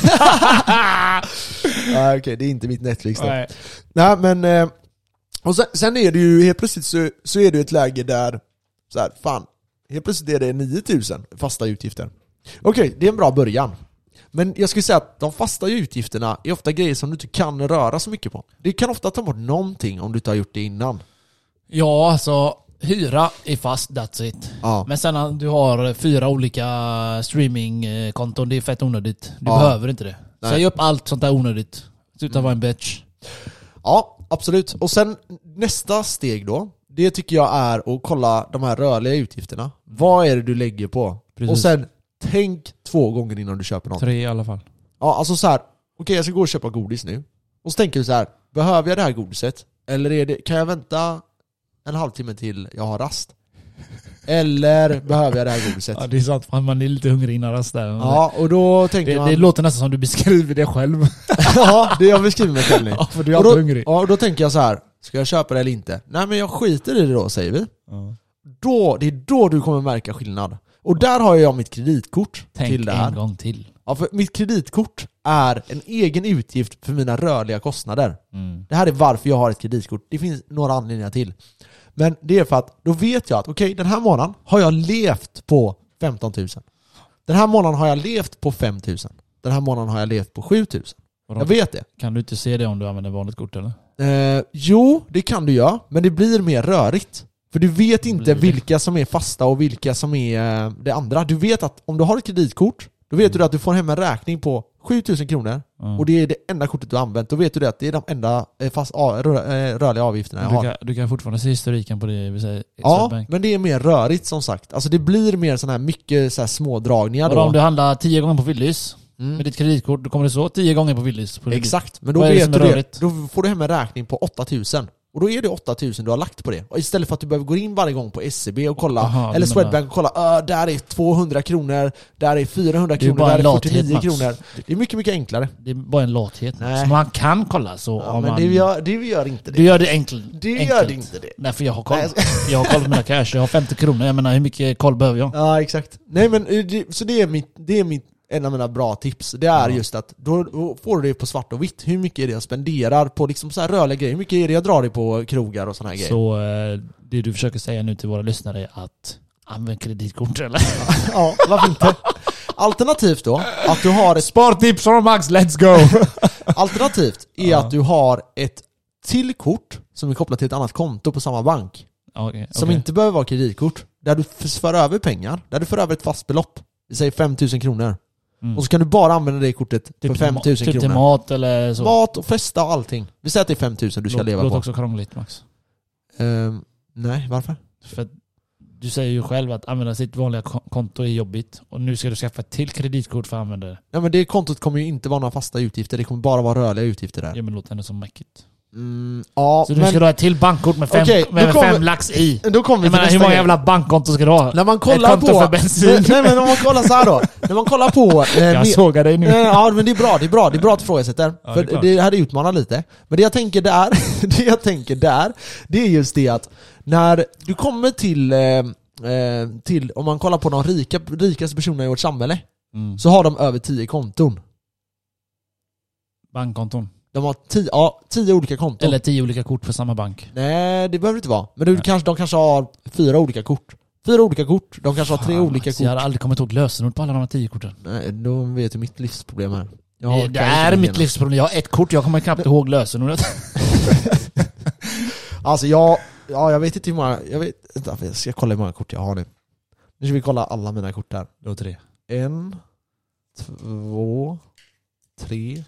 Ja, okej, det är inte mitt Netflix då. Nej, men och sen är det ju helt plötsligt så är det ett läge där så här, fan, helt plötsligt är det 9 000 fasta utgifter. Okej, det är en bra början. Men jag skulle säga att de fasta utgifterna är ofta grejer som du inte kan röra så mycket på. Det kan ofta ta bort någonting om du inte har gjort det innan. Ja, alltså hyra är fast, that's it. Ja. Men sen när du har 4 olika streamingkonton, det är fett onödigt. Du behöver inte det. Nej. Säg upp allt sånt där onödigt. Sluta vara en bitch. Ja, absolut. Och sen nästa steg då, det tycker jag är att kolla de här rörliga utgifterna. Vad är det du lägger på? Precis. Och sen tänk 2 gånger innan du köper något. 3 i alla fall. Ja, alltså så här, okej, jag ska gå och köpa godis nu. Och så tänker du så här, behöver jag det här godiset? Eller kan jag vänta en halvtimme till jag har rast? Eller behöver jag det här godiset? Ja, det är sant. Man är lite hungrig innan rast där. Ja, och då tänker man... Det låter nästan som du beskriver det själv. Ja, det jag beskriver mig själv nu. Ja, för du är alltid hungrig. Ja, och då tänker jag så här, ska jag köpa det eller inte? Nej, men jag skiter i det då, säger vi. Ja. Det är då du kommer märka skillnad. Och där har jag mitt kreditkort till det här. Tänk en gång till. Ja, för mitt kreditkort är en egen utgift för mina rörliga kostnader. Det här är varför jag har ett kreditkort. Det finns några anledningar till. Men det är för att då vet jag att okej, den här månaden har jag levt på 15 000. Den här månaden har jag levt på 5 000. Den här månaden har jag levt på 7 000. Jag vet det. Kan du inte se det om du använder vanligt kort eller? Jo, det kan du göra. Men det blir mer rörigt. För du vet inte vilka som är fasta och vilka som är det andra. Du vet att om du har ett kreditkort, då vet du att du får hem en räkning på 7 000 kronor. Och det är det enda kortet du har använt. Då vet du att det är de enda rörliga avgifterna jag har. Du kan fortfarande se historiken på det, vill säga. Ja, Swedbank. men det är mer rörigt som sagt. Alltså det blir mer sån här mycket så här smådragningar då. Om du handlar 10 gånger på Willys med ditt kreditkort, då kommer det så 10 gånger på Willys. Exakt, men då vad är det vet som är du det. rörigt? Då får du hem en räkning på 8 000. Och då är det 8 000 du har lagt på det. Och istället för att du behöver gå in varje gång på SCB och kolla, Aha, eller Swedbank och kolla, där är 200 kronor, där är 400 Det är kronor, bara där är en lathet, 49 Max. kronor. Det är mycket, mycket enklare. Det är bara en lathet. Nej. Så man kan kolla så. Ja, om men man... det gör inte det. Du gör det enkelt. Det gör det inte det. Nej, för jag har koll. Nej, Jag har koll på mina cash. Jag har 50 kronor. Jag menar, hur mycket koll behöver jag? Ja, exakt. Nej, men så det är mitt en av mina bra tips. Det är just att då får du det på svart och vitt. Hur mycket är det jag spenderar på liksom så här rörliga grejer? Hur mycket är det jag drar det på krogar och såna här grejer? Så det du försöker säga nu till våra lyssnare är att använd kreditkort eller? Ja, varför inte? Alternativt då, att du har ett Spartips från Max, let's go! alternativt är att du har ett till kort som är kopplat till ett annat konto på samma bank. Okay. Som inte behöver vara kreditkort. Där du för över pengar. Där du för över ett fast belopp. Vi säger 5 000 kronor. Och så kan du bara använda det kortet för 5 000 typ till kronor. mat eller så. Mat och festa och allting. Vi säger att det är 5 000 du ska leva låter på. också krångligt, Max. Nej, varför? För att du säger ju själv att använda sitt vanliga konto är jobbigt. Och nu ska du skaffa ett till kreditkort för att använda det. Ja, men det kontot kommer ju inte vara några fasta utgifter. Det kommer bara vara rörliga utgifter där. Ja, men låter ändå som mäckigt. Ja, Så du ska ha ett till bankkort med fem lax i. Då kommer vi Jag menar, hur många jävla bankkonton ska du ha? När man kollar ett konto på för bensin. Nej, men om man kollar så här då. När man kollar på Jag sågar dig nu. ja, men det är bra att du frågasätter. Ja, för det hade utmanat lite. Men det jag tänker där, det är just det att när du kommer till om man kollar på de rikaste personerna i vårt samhälle, så har de över 10 konton. Bankkonton. De har 10 olika konton. Eller 10 olika kort för samma bank. Nej, det behöver det inte vara. Men de kanske har 4 olika kort. 4 olika kort, de kanske har 3 olika kort. Jag hade aldrig kommit ihåg lösenord på alla de här 10 korten. Nej, då vet du mitt livsproblem här. Det är mitt livsproblem. Jag har ett kort, jag kommer knappt ihåg lösenordet. Alltså jag vet inte hur många. Jag ska kolla hur många kort jag har nu. Nu ska vi kolla alla mina kort där. Då 3. 1, 2, 3,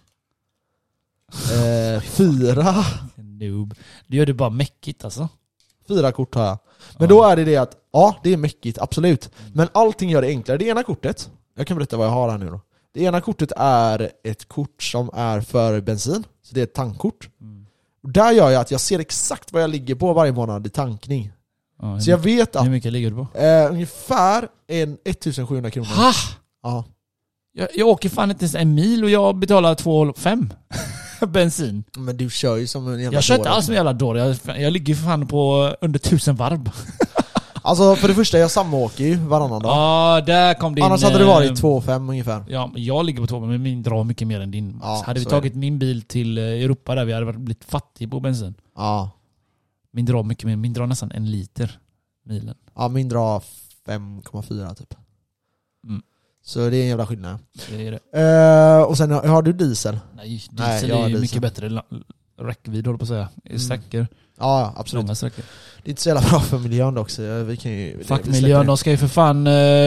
4. Noob. Du gör det bara mäckigt alltså. 4 kort har jag. Men då är det att, ja, det är mäckigt, absolut. Men allting gör det enklare. Det ena kortet, jag kan berätta vad jag har här nu då. Det ena kortet är ett kort som är för bensin. Så det är ett tankkort. Och där gör jag att jag ser exakt vad jag ligger på varje månad i tankning. Ja, så jag vet att hur mycket ligger du på? ungefär 1700 kronor. Ha! Ja. Jag åker fan inte ens en mil och jag betalar 2,5 bensin. Men du kör ju som en jävla Jag kör inte dåre. alls som en jävla dåre. Jag ligger fan på under 1000 varv. Alltså för det första, jag samåker ju varannan dag. Ja, där kom din... Annars hade det varit 2,5 ungefär. Ja, men jag ligger på 2, men min drar mycket mer än din. Ja, hade vi så tagit min bil till Europa där vi hade blivit fattig på bensin. Ja. Min drar mycket mer. Min drar nästan 1 liter milen. Ja, min drar 5,4 typ. Mm. Så det är en jävla skillnad. Det är det. Och sen har du diesel? Nej, Nej, diesel jag har är ju diesel. mycket bättre räckvidd, håller på att säga. I sträckor. Ja, absolut. Långa sträckor. Det är inte så jävla bra för miljön också. Vi kan ju... Fuck vi miljön, släpper de ska ju för fan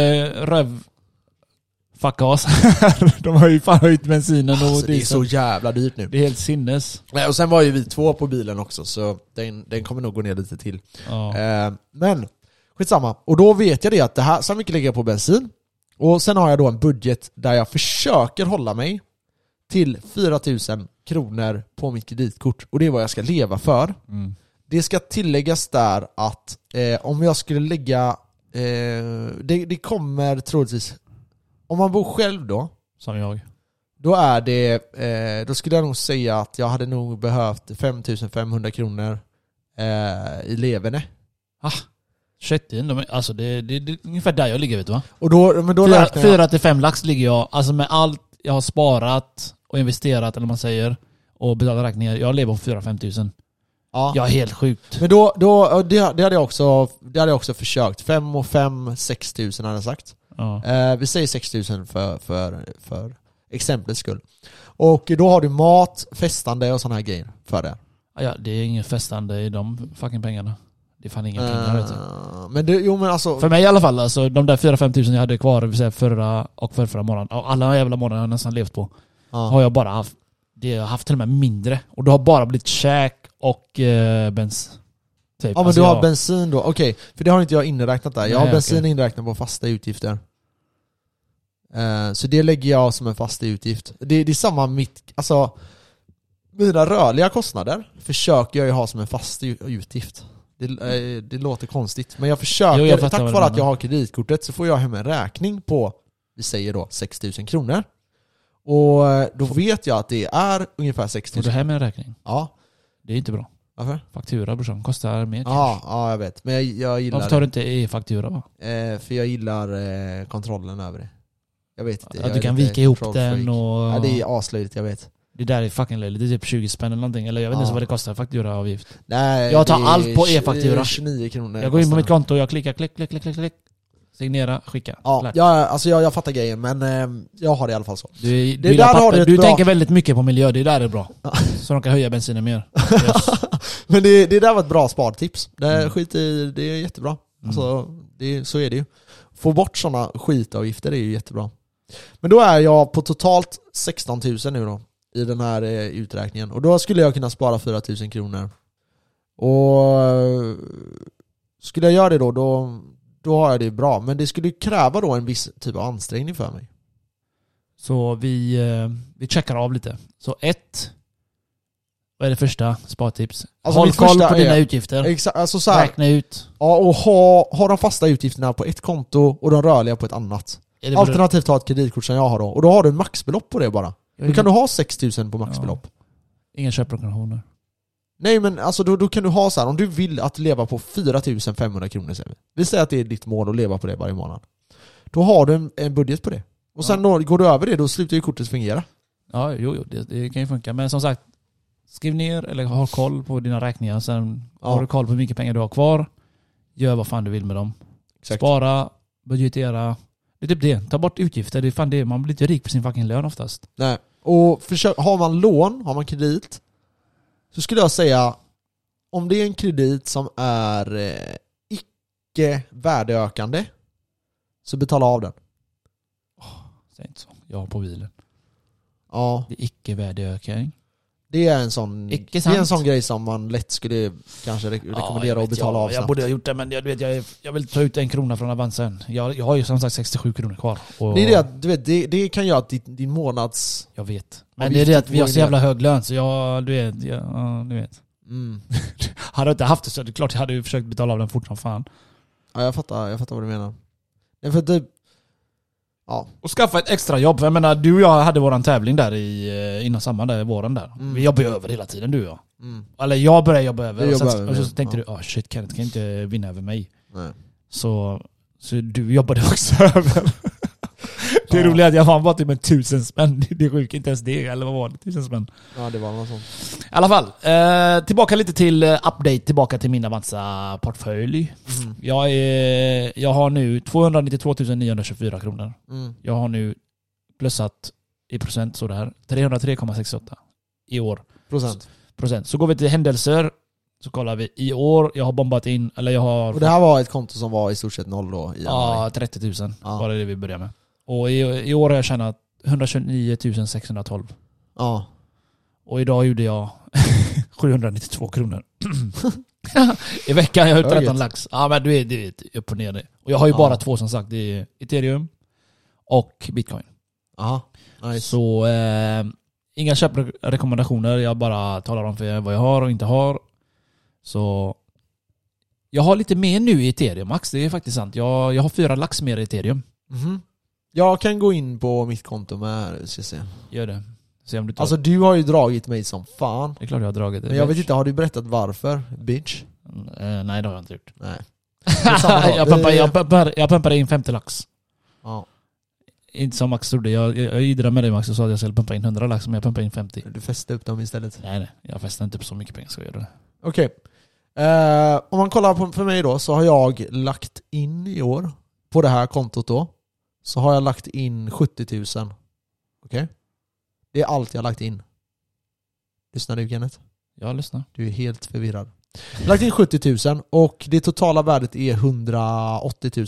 fucka oss. De har ju fan höjt bensinen och alltså, det är diesel. så jävla dyrt nu. Det är helt sinnes. Nej, och sen var ju vi 2 på bilen också, så den kommer nog gå ner lite till. Ja. Men skitsamma. Och då vet jag det att det här, så mycket lägger jag på bensin. Och sen har jag då en budget där jag försöker hålla mig till 4 000 kronor på mitt kreditkort. Och det är vad jag ska leva för. Mm. Det ska tilläggas där att om jag skulle lägga... det kommer troligtvis... Om man bor själv då, Som jag. då är det... då skulle jag nog säga att jag hade nog behövt 5 500 kronor i leverne. Alltså det är ungefär där jag ligger, vet du va? Och då, men då räknar jag... 4-5 lax ligger jag, alltså med allt jag har sparat och investerat, eller vad man säger, och betalat räkningar. Jag lever på 4-5 tusen. Ja. Jag är helt sjukt. Men det hade jag också försökt. 5 och 5, 6 000 hade jag sagt. Ja. Vi säger 6 000 för exemplets skull. Och då har du mat, festande och såna här grejer för det. Ja, det är ingen festande i de fucking pengarna. Det är fan inga pengar, vet du. Men alltså... För mig i alla fall, alltså, de där 4-5 tusen jag hade kvar, vill säga förra och förra månaden, och alla jävla månader jag har nästan levt på, har jag bara haft, jag har haft till och med mindre. Och det har bara blivit käk och bens. Typ. Ja, men alltså du har bensin då. Okej, för det har inte jag inräknat där. Jag har Nej, bensin inräknat på fasta utgifter. Så det lägger jag som en fast utgift. Det är samma alltså mina rörliga kostnader försöker jag ju ha som en fast utgift. Det låter konstigt, men jag försöker. Jag fattar tack vare att jag har kreditkortet så får jag hem en räkning på, vi säger då 6 000 kronor. Och då vet jag att det är ungefär 6 000. Och det här med en räkning? Ja. Det är inte bra. Varför? Faktura, brorsan, kostar mer. Ja, jag vet. Men jag gillar varför tar du inte e-faktura, va? för jag gillar kontrollen över det. Jag vet inte. Ja, du kan vika ihop den och... Ja, det är aslöjligt, jag vet. Det där är fucking löjligt. Det är typ 20 spänn eller någonting. Eller jag vet inte vad det kostar, fakturaavgift. Nej, jag tar det är allt på e-faktura. 29 kronor. Jag går in på mitt konto och jag klickar, klick. Signera, skicka. Jag fattar grejen, men jag har det i alla fall så. Du tänker väldigt mycket på miljö, det där är bra. Så de kan höja bensinen mer. Yes. Men det där var ett bra spartips. Det är jättebra. Alltså, så är det ju. Få bort sådana skitavgifter är ju jättebra. Men då är jag på totalt 16 000 nu då i den här uträkningen. Och då skulle jag kunna spara 4 000 kronor. Och Skulle jag göra det då har jag det bra. Men det skulle kräva då en viss typ av ansträngning för mig. Så vi checkar av lite. Så vad är det första spartips? Alltså Håll mitt koll första på dina är- utgifter. Exakt, alltså så här, Räkna ut. ja, och ha de fasta utgifterna på ett konto och de rörliga på ett annat. Är det vad du- Alternativt ha ett kreditkort som jag har då. Och då har du en maxbelopp på det bara. Då kan du ha 6 000 på maxbelopp. Inga köprekommendationer. Nej men alltså då kan du ha så här, om du vill att leva på 4 500 kronor säger vi. Vi säger att det är ditt mål att leva på det varje månad. Då har du en budget på det. Och sen då går du över det, då slutar ju kortet fungera. Ja, jo, det kan ju funka. Men som sagt, skriv ner eller ha koll på dina räkningar. Sen har du koll på hur mycket pengar du har kvar. Gör vad fan du vill med dem. Exakt. Spara, budgetera. Det är typ det. Ta bort utgifter. Det är fan det. Man blir inte rik på sin fucking lön oftast. Nej. Och har man lån, har man kredit, så skulle jag säga, om det är en kredit som är icke värdeökande, så betala av den. Säg inte så. Jag har på bilen. Ja, Det är icke värdeökning. det är en sån, Icke det sant. är en sån grej som man lätt skulle kanske rekommendera att betala av Jag snabbt. borde ha gjort det, men jag vill ta ut 1 krona från Avansen. Jag har ju som sagt 67 kronor kvar. Och Det är det att, du vet, det kan göra att din månads... jag vet. Men Men det är det att vi har så jävla hög lön, så du vet. Mm. Hade jag inte haft det så är det klart jag hade ju försökt betala av den fort som fan. Ja, jag fattar vad du menar. Nej, för typ... Ja. Och skaffa ett extra jobb. För jag menar, du och jag hade våran tävling där innan samma där, våren där. Vi jobbar ju över hela tiden, du och jag. Mm. Eller jag började jobba över. Du Och, sen, jobbar över, och så tänkte ja. du, shit, Kenneth kan inte vinna över mig. Nej. Så du jobbade också över. Det är roligt att jag var bara typ med 1000 spänn. Det är sjukt, inte ens det. Eller vad var det? 1000 spänn. Ja, det var något sånt. I alla fall, tillbaka lite till update, tillbaka till min Avanza-portfölj. Jag har nu 292 924 kronor. Mm. Jag har nu plussat i procent så där 303,68 i år. Procent. Så går vi till händelser, så kollar vi i år. Jag har bombat in, eller jag har... Och det här var ett konto som var i stort sett noll då i januari. Ja, 30 000 Ja. var det vi började med. Och i år har jag tjänat 129 612. Ja. Och idag gjorde jag 792 kronor. I veckan jag har 13 Högt. lax. Ja, men det är upp och ner det. Och jag har ju Ja. bara två som sagt. Det är Ethereum och Bitcoin. Aha. Nice. Så inga köprekommendationer. Jag bara talar om för er vad jag har och inte har. Så jag har lite mer nu i Ethereum, Max. Det är faktiskt sant. Jag har 4 lax mer i Ethereum. Mhm. Jag kan gå in på mitt konto med här, ska se. Gör det. Se om du tar. Alltså du har ju dragit mig som fan. det är klart jag har dragit det. Men jag vet inte, har du berättat varför? Bitch? Nej, det har jag inte gjort. Nej. Det är samma då. jag pumpade in 50 lax. Ja. Inte som Max trodde. Jag idrade med dig, Max, och sa att jag skulle pumpa in 100 lax, men jag pumpade in 50. Du fäste upp dem istället. Nej. Jag fäster inte på så mycket pengar, så jag gör det. Okej. Om man kollar på för mig då, så har jag lagt in i år på det här kontot då, så har jag lagt in 70 000. Okej? Det är allt jag har lagt in. Lyssnar du, Kenneth? Jag lyssnar. Du är helt förvirrad. Jag har lagt in 70 000 och det totala värdet är 180 000.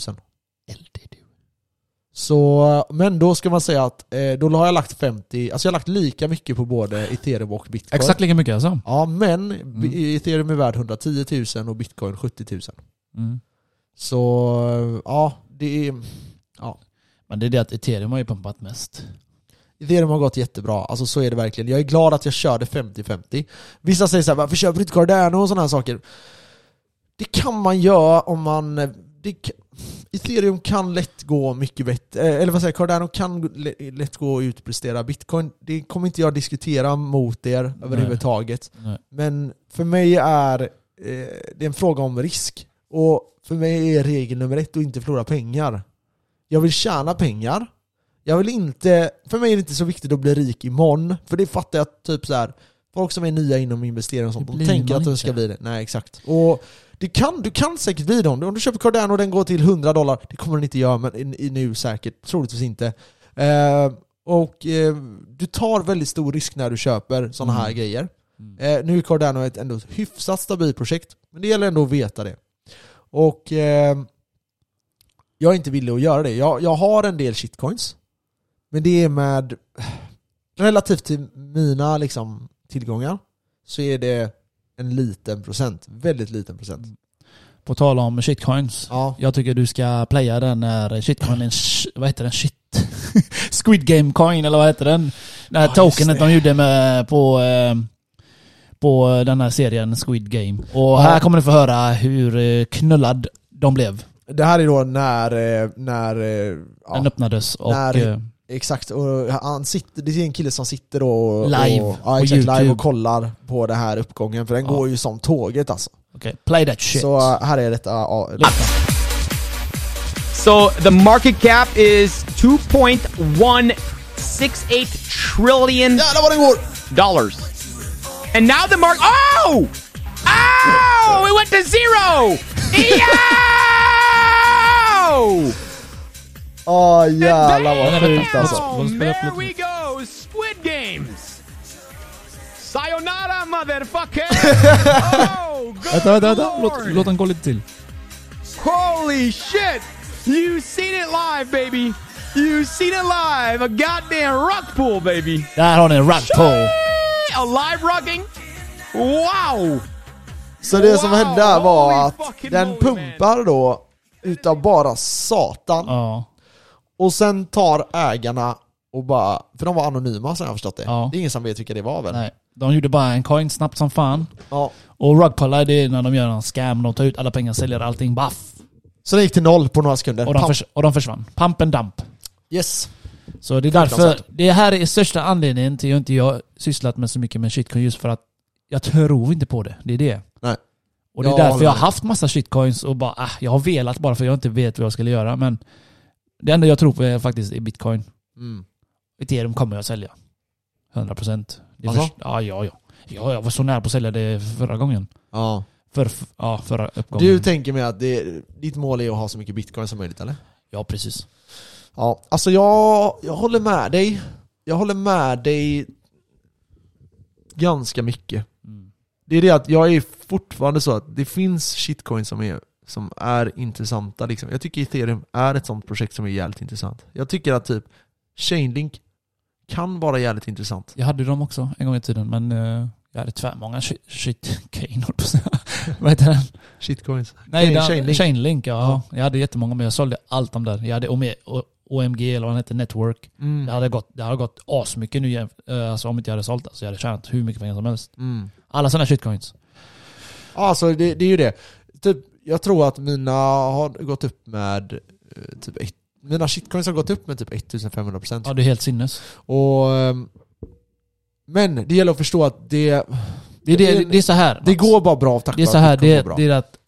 Så, men då ska man säga att då har jag lagt 50, alltså jag har lagt lika mycket på både Ethereum och Bitcoin. Exakt lika mycket alltså. Ja, men Ethereum är värd 110 000 och Bitcoin 70 000. Mm. Så ja, det är... Ja. Men det är det att Ethereum har ju pumpat mest. Ethereum har gått jättebra, alltså så är det verkligen. Jag är glad att jag körde 50-50. Vissa säger så här, varför köper du inte Cardano och sådana här saker? Det kan man göra om man... Ethereum kan lätt gå mycket bättre, eller vad säger Cardano kan lätt gå och utprestera Bitcoin. Det kommer inte jag diskutera mot er överhuvudtaget. Nej. Men för mig är det en fråga om risk. Och för mig är regel nummer 1 att inte förlora pengar. Jag vill tjäna pengar. Jag vill inte, för mig är det inte så viktigt att bli rik imorgon. För det fattar jag typ så här. Folk som är nya inom investering och sånt, de tänker att de ska bli det. Nej, exakt. Och du kan säkert bli det. Om du köper Cardano och den går till $100, det kommer den inte göra, men nu säkert, troligtvis inte. Du tar väldigt stor risk när du köper sådana här grejer. Nu är Cardano ett ändå hyfsat stabilt projekt, men det gäller ändå att veta det. Och jag är inte villig att göra det. Jag har en del shitcoins, men det är med relativt till mina liksom tillgångar så är det en liten procent, väldigt liten procent. På tal om shitcoins. Ja. Jag tycker du ska playa den när shitcoinen... Vad heter den? Squid Game coin, eller vad heter den? Den här tokenet de gjorde med på den här serien Squid Game. Och här kommer ni få höra hur knullad de blev. Det här är då när Den öppnades och... exakt, och han sitter, det är en kille som sitter då live och, på exakt, YouTube. live och kollar på det här uppgången, för den går ju som tåget alltså. Okay, play that shit. Så här är detta. So the market cap is $2.168 trillion. Jävlar vad den går! And now the market... Oh! Oh! It went to zero! Yo! Jävlar vad sjukt alltså. Oh, there we go! Squid Games! Sayonara, motherfucker! Oh, good Vänta. Lord. Låt den gå lite till. Holy shit! You seen it live, baby! You seen it live! A goddamn rock pool, baby! Där har ni en rock pool. A live rocking? Wow! Så det som hände där var Holy att fucking den moly, pumpar då utav bara satan. Ja. Och sen tar ägarna och bara, för de var anonyma som jag har förstått det. Ja. Det är ingen som vet vilka det var väl? Nej. De gjorde bara en coin snabbt som fan. Ja. Och rugpulla, det är när de gör en scam. De tar ut alla pengar, säljer allting. Baff. Så det gick till 0 på några sekunder. Och de försvann. Pump and dump. Yes. Så det är därför, det här är största anledningen till att inte jag sysslat med så mycket med shitcoin, just för att jag tror inte på det. Det är det. Nej. Och det är därför jag har haft massa shitcoins och bara, jag har velat bara för jag inte vet vad jag skulle göra. Men det enda jag tror på är faktiskt bitcoin. Ethereum kommer jag sälja. 100%. Ja. Jag var så nära på att sälja det förra gången. Ja. Förra uppgången. Du tänker mig att ditt mål är att ha så mycket bitcoin som möjligt, eller? Ja, precis. Ja, alltså jag håller med dig. Jag håller med dig ganska mycket. Det är det att jag är fortfarande så att det finns shitcoin som är intressanta liksom. Jag tycker Ethereum är ett sånt projekt som är jävligt intressant. Jag tycker att typ Chainlink kan vara jävligt intressant. Jag hade dem också en gång i tiden, men jag hade tvärmånga shitcoin. Vad heter den? Shitcoins. Nej, Chainlink, ja. Jag hade jättemånga, men jag sålde allt de där. Jag hade OMG, eller vad den heter, Network. Det hade gått asmycket nu, alltså om inte jag hade sålt. Alltså jag hade tjänat hur mycket pengar som helst. Alla sådana shitcoins. Alltså det är ju det. Typ, jag tror att mina har gått upp med mina shitcoins har gått upp med typ 1500%. Ja, det är helt sinnes. Men det gäller att förstå att det är så här. Det går bara bra tack. Det är så här, det är att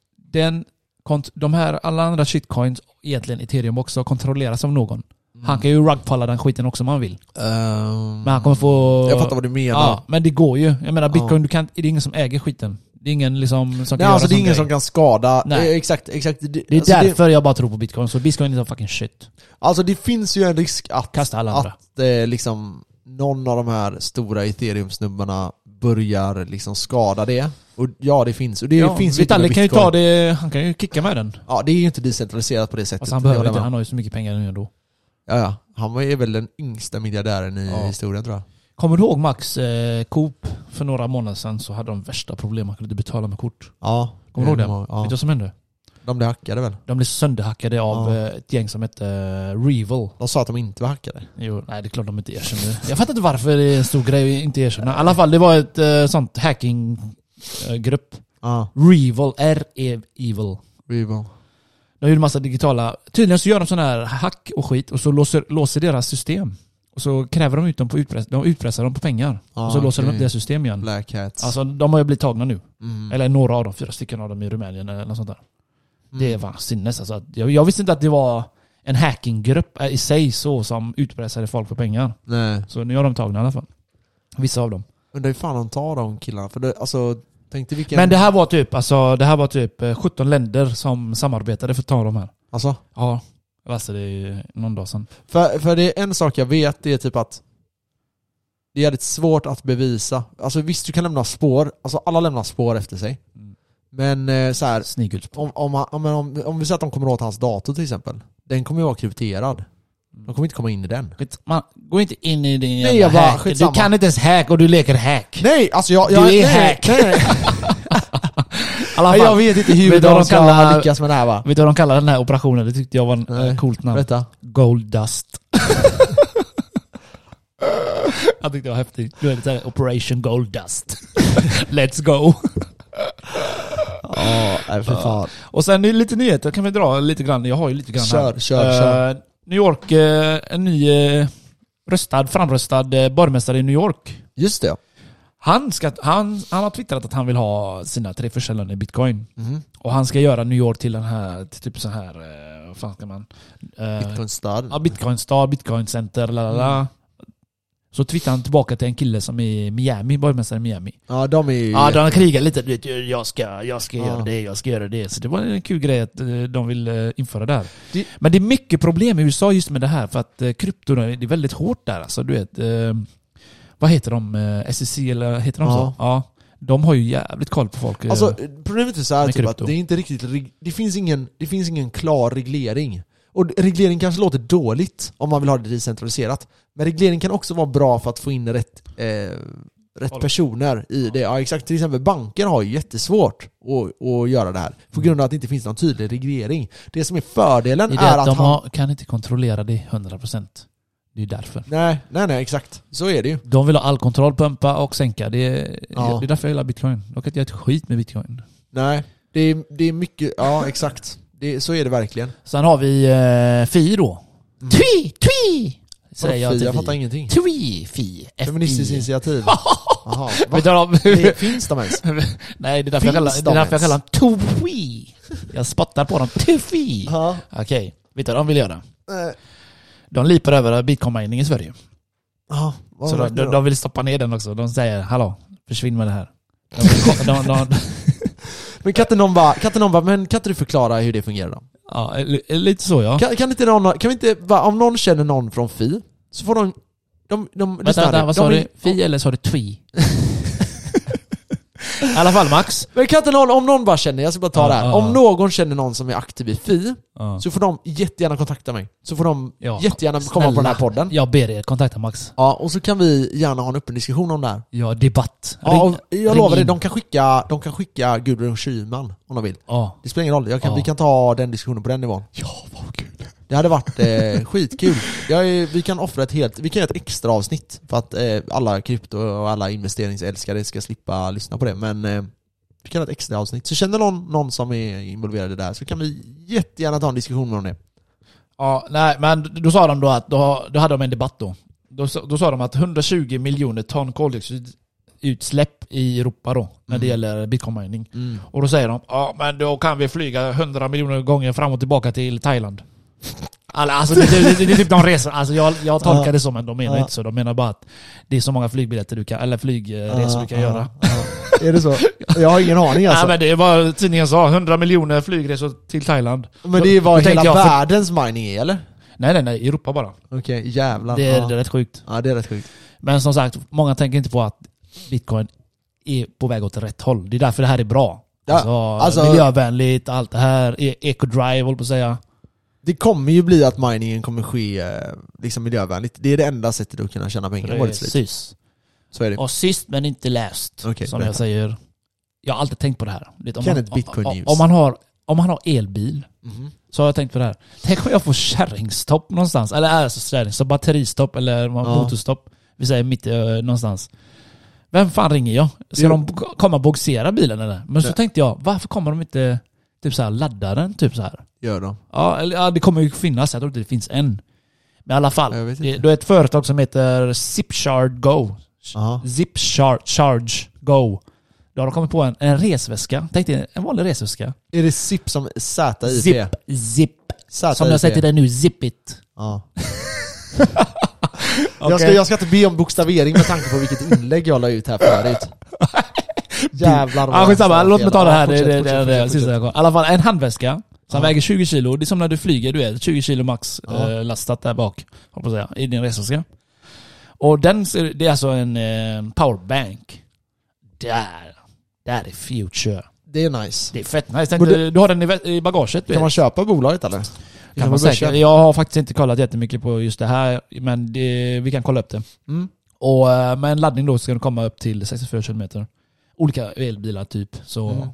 de här alla andra shitcoins, egentligen Ethereum också, kontrolleras av någon. Han kan ju rugpulla den skiten också om han vill. Men han kommer få... Jag fattar vad du menar. Ja, men det går ju. Jag menar, bitcoin, det är ingen som äger skiten. Det är ingen liksom som kan göra alltså det är ingen grej som kan skada. Nej. Exakt. Det är alltså därför jag bara tror på bitcoin. Så bitcoin är så fucking shit. Alltså det finns ju en risk att kasta alla andra. Liksom någon av de här stora Ethereum-snubbarna börjar liksom skada det. Och ja, det finns. Och det finns Vitalik kan ju ta det, han kan ju kicka med den. Ja, det är ju inte decentraliserat på det sättet. Alltså han behöver inte, han har ju så mycket pengar nu ändå. Ja. Han är väl den yngsta miljardären i historien, tror jag. Kommer du ihåg Max Coop för några månader sedan, så hade de värsta problem. Man kunde inte betala med kort. Ja. Kommer du ihåg det? Ja. Vet du vad som hände? De blev hackade väl? De blev sönderhackade av ett gäng som hette Revil. De sa att de inte var hackade. Jo, nej, det är klart de inte erkände. Jag fattar inte varför det är en stor grej att inte erkänna. I alla fall, det var ett sånt hackinggrupp. Revil, R-E-Evil. Revil. De gjorde massa digitala... Tydligen så gör de sån här hack och skit och så låser deras system. Och så kräver de ut dem på utpressar dem på pengar. Och så låser de upp deras system igen. Black hats. Alltså de har ju blivit tagna nu. Eller några av dem, 4 stycken av dem i Rumänien eller något sånt där. Det var sinnes. Alltså, jag visste inte att det var en hackinggrupp i sig så som utpressade folk för pengar. Nej. Så nu har de tagna i alla fall. Vissa av dem. Undrar hur fan de tar de killarna. För det, alltså, tänkte vilken... Men det här var typ 17 länder som samarbetade för att ta de här. Alltså? Ja. Alltså det är någon dag sedan. För det är en sak jag vet, det är typ att det är lite svårt att bevisa. Alltså visst, du kan lämna spår. Alltså alla lämnar spår efter sig. Men så här, om vi säger att de kommer åt hans dator till exempel, den kommer ju vara krypterad. De kommer inte komma in i den. Man går inte in i din jävla hack. Du kan inte ens hack och du leker hack. Nej, alltså du är hack. Nej. alla fall, Jag vet inte hur vet du vad de de ska kallar- lyckas med det här va? Vet du vad de kallar den här operationen? Det tyckte jag var Nej. en coolt namn. Berätta. Gold Dust. Jag tyckte det var häftigt. Du vet, så här, Operation Gold Dust. Let's go. Ja, nej för fan. Och sen lite nyheter kan vi dra lite grann. Jag har ju lite grann här. Kör. New York, en ny framröstad borgmästare i New York. Just det. Han har twittrat att han vill ha sina 3 försäljare i bitcoin. Mhm. Och han ska göra New York till den här, typ så här, vad fan ska man? Bitcoin-stad. Ja, Bitcoin-stad, Bitcoin-center, lalala. Så twittrade han tillbaka till en kille som är i Miami, borgmästare i Miami. Ja, de är ju... Ja, de krigar lite. Du vet, jag ska göra det. Så det var en kul grej att de vill införa det här. Men det är mycket problem i USA just med det här. För att krypto, det är väldigt hårt där. Alltså, du vet, vad heter de? SEC eller heter de så? Ja. De har ju jävligt koll på folk. Alltså, problemet är så här, med typ, att krypto. det är inte riktigt... Det finns ingen klar reglering. Och reglering kanske låter dåligt om man vill ha det decentraliserat. Men reglering kan också vara bra för att få in rätt personer i det. Ja, exakt. Till exempel banker har ju jättesvårt att göra det här. På grund av att det inte finns någon tydlig reglering. Det som är fördelen det är att de kan inte kontrollera det 100%. Det är därför. Nej, exakt. Så är det ju. De vill ha all kontroll, pumpa och sänka. Det är därför jag gillar bitcoin. De kan inte göra ett skit med bitcoin. Nej, det är mycket... Ja, exakt. Så är det verkligen. Sen har vi Fi då. Twi! Säger jag till Jag Vi. fattar ingenting. Fi. Feministiskt initiativ. Jaha. Vet du vad Det finns de ens? Nej, det är därför jag kallar dem Twi. Jag spottar på dem. Twi. Ja. Okej. Vet du vad de vill göra? De lipar över bitcoin-mining i Sverige. Ja, Så de vill stoppa ner den också. De säger, hallå, försvinn med det här. Men kan inte du förklara hur det fungerar då? Ja, lite så ja. Kan vi inte, om någon känner någon från Fi, så får Vänta, vad sa du? Fi eller sa du Twi? I alla fall Max. Men kan inte någon, om någon bara känner, jag ska bara ta det här. Om någon känner någon som är aktiv i Fi, så får de jättegärna kontakta mig. Så får de jättegärna komma på den här podden. Jag ber er kontakta Max. Ja, och så kan vi gärna ha en öppen diskussion om det här. Ja, debatt. Ja, jag lovar dig, de kan skicka Gudrun Schyman om de vill. Ja. Det spelar ingen roll, vi kan ta den diskussionen på den nivån. Ja, vad kul. Det hade varit skitkul. Vi kan offra vi kan göra ett extra avsnitt för att alla krypto och alla investeringsälskare ska slippa lyssna på det. Men vi kan göra ett extra avsnitt. Så känner någon som är involverad i det där, så kan vi jättegärna ta en diskussion om det. Ja, nej, men då sa de då att då hade de en debatt då. Då sa de att 120 miljoner ton koldioxidutsläpp i Europa då, när det gäller bitcoin mining. Och då säger de, ja men då kan vi flyga 100 miljoner gånger fram och tillbaka till Thailand. Alltså det är typ de resor. Alltså jag tolkar det som, men de menar inte så. De menar bara att det är så många flygbiljetter du kan, eller flygresor du kan göra. Är det så? Jag har ingen aning alltså. Nej, men det är vad tidningen sa, 100 miljoner flygresor till Thailand. Men det är vad Då hela tänkte jag, världens mining är, eller? Nej, Europa bara. Okej, jävlar. Det är rätt sjukt. Ja, det är rätt sjukt. Men som sagt, många tänker inte på att bitcoin är på väg åt rätt håll. Det är därför det här är bra. Ja, alltså miljövänligt, allt det här. Eco-drive, håller på att säga. Det kommer ju bli att miningen kommer ske liksom miljövänligt. Det är det enda sättet att kunna tjäna pengar. Precis. Så är det. Och sist men inte läst, Okej, som berätta. Jag säger. Jag har alltid tänkt på det här. Bitcoin news. Om man har elbil, så har jag tänkt på det här. Tänk om jag får kärringstopp någonstans. Eller alltså kärringstopp, batteristopp eller motorstopp. Vi säger mitt någonstans. Vem fan ringer jag? Ska de komma och bogsera bilen eller? Men så tänkte jag, varför kommer de inte typ så här laddaren typ så här? Gör de? Ja, det kommer ju finnas. Jag tror inte det finns en. Men i alla fall, det är ett företag som heter Zipcharge Go. Zipcharge Go. Då har de kommit på en resväska. Tänk dig en vanlig resväska. Är det zip som Z-I-P? Zip. Som jag säger till dig nu, zip it. Ja. Okay. Jag ska inte be om bokstavering med tanke på vilket inlägg jag la ut här förut. Jävlar vad... skitsamma, låt mig ta det här. Fortsätt. I alla fall en handväska som väger 20 kilo. Det är som när du flyger, du vet. 20 kilo max lastat där bak, hoppas jag säga, i din resväska. Och det är alltså en powerbank. Där är future. Det är nice. Det är fett nice. Du har den i bagaget. Kan man köpa bolaget eller? Kan man säkert. Jag har faktiskt inte kollat jättemycket på just det här, men vi kan kolla upp det. Och med en laddning då ska den komma upp till 64 km. Olika elbilar typ. Så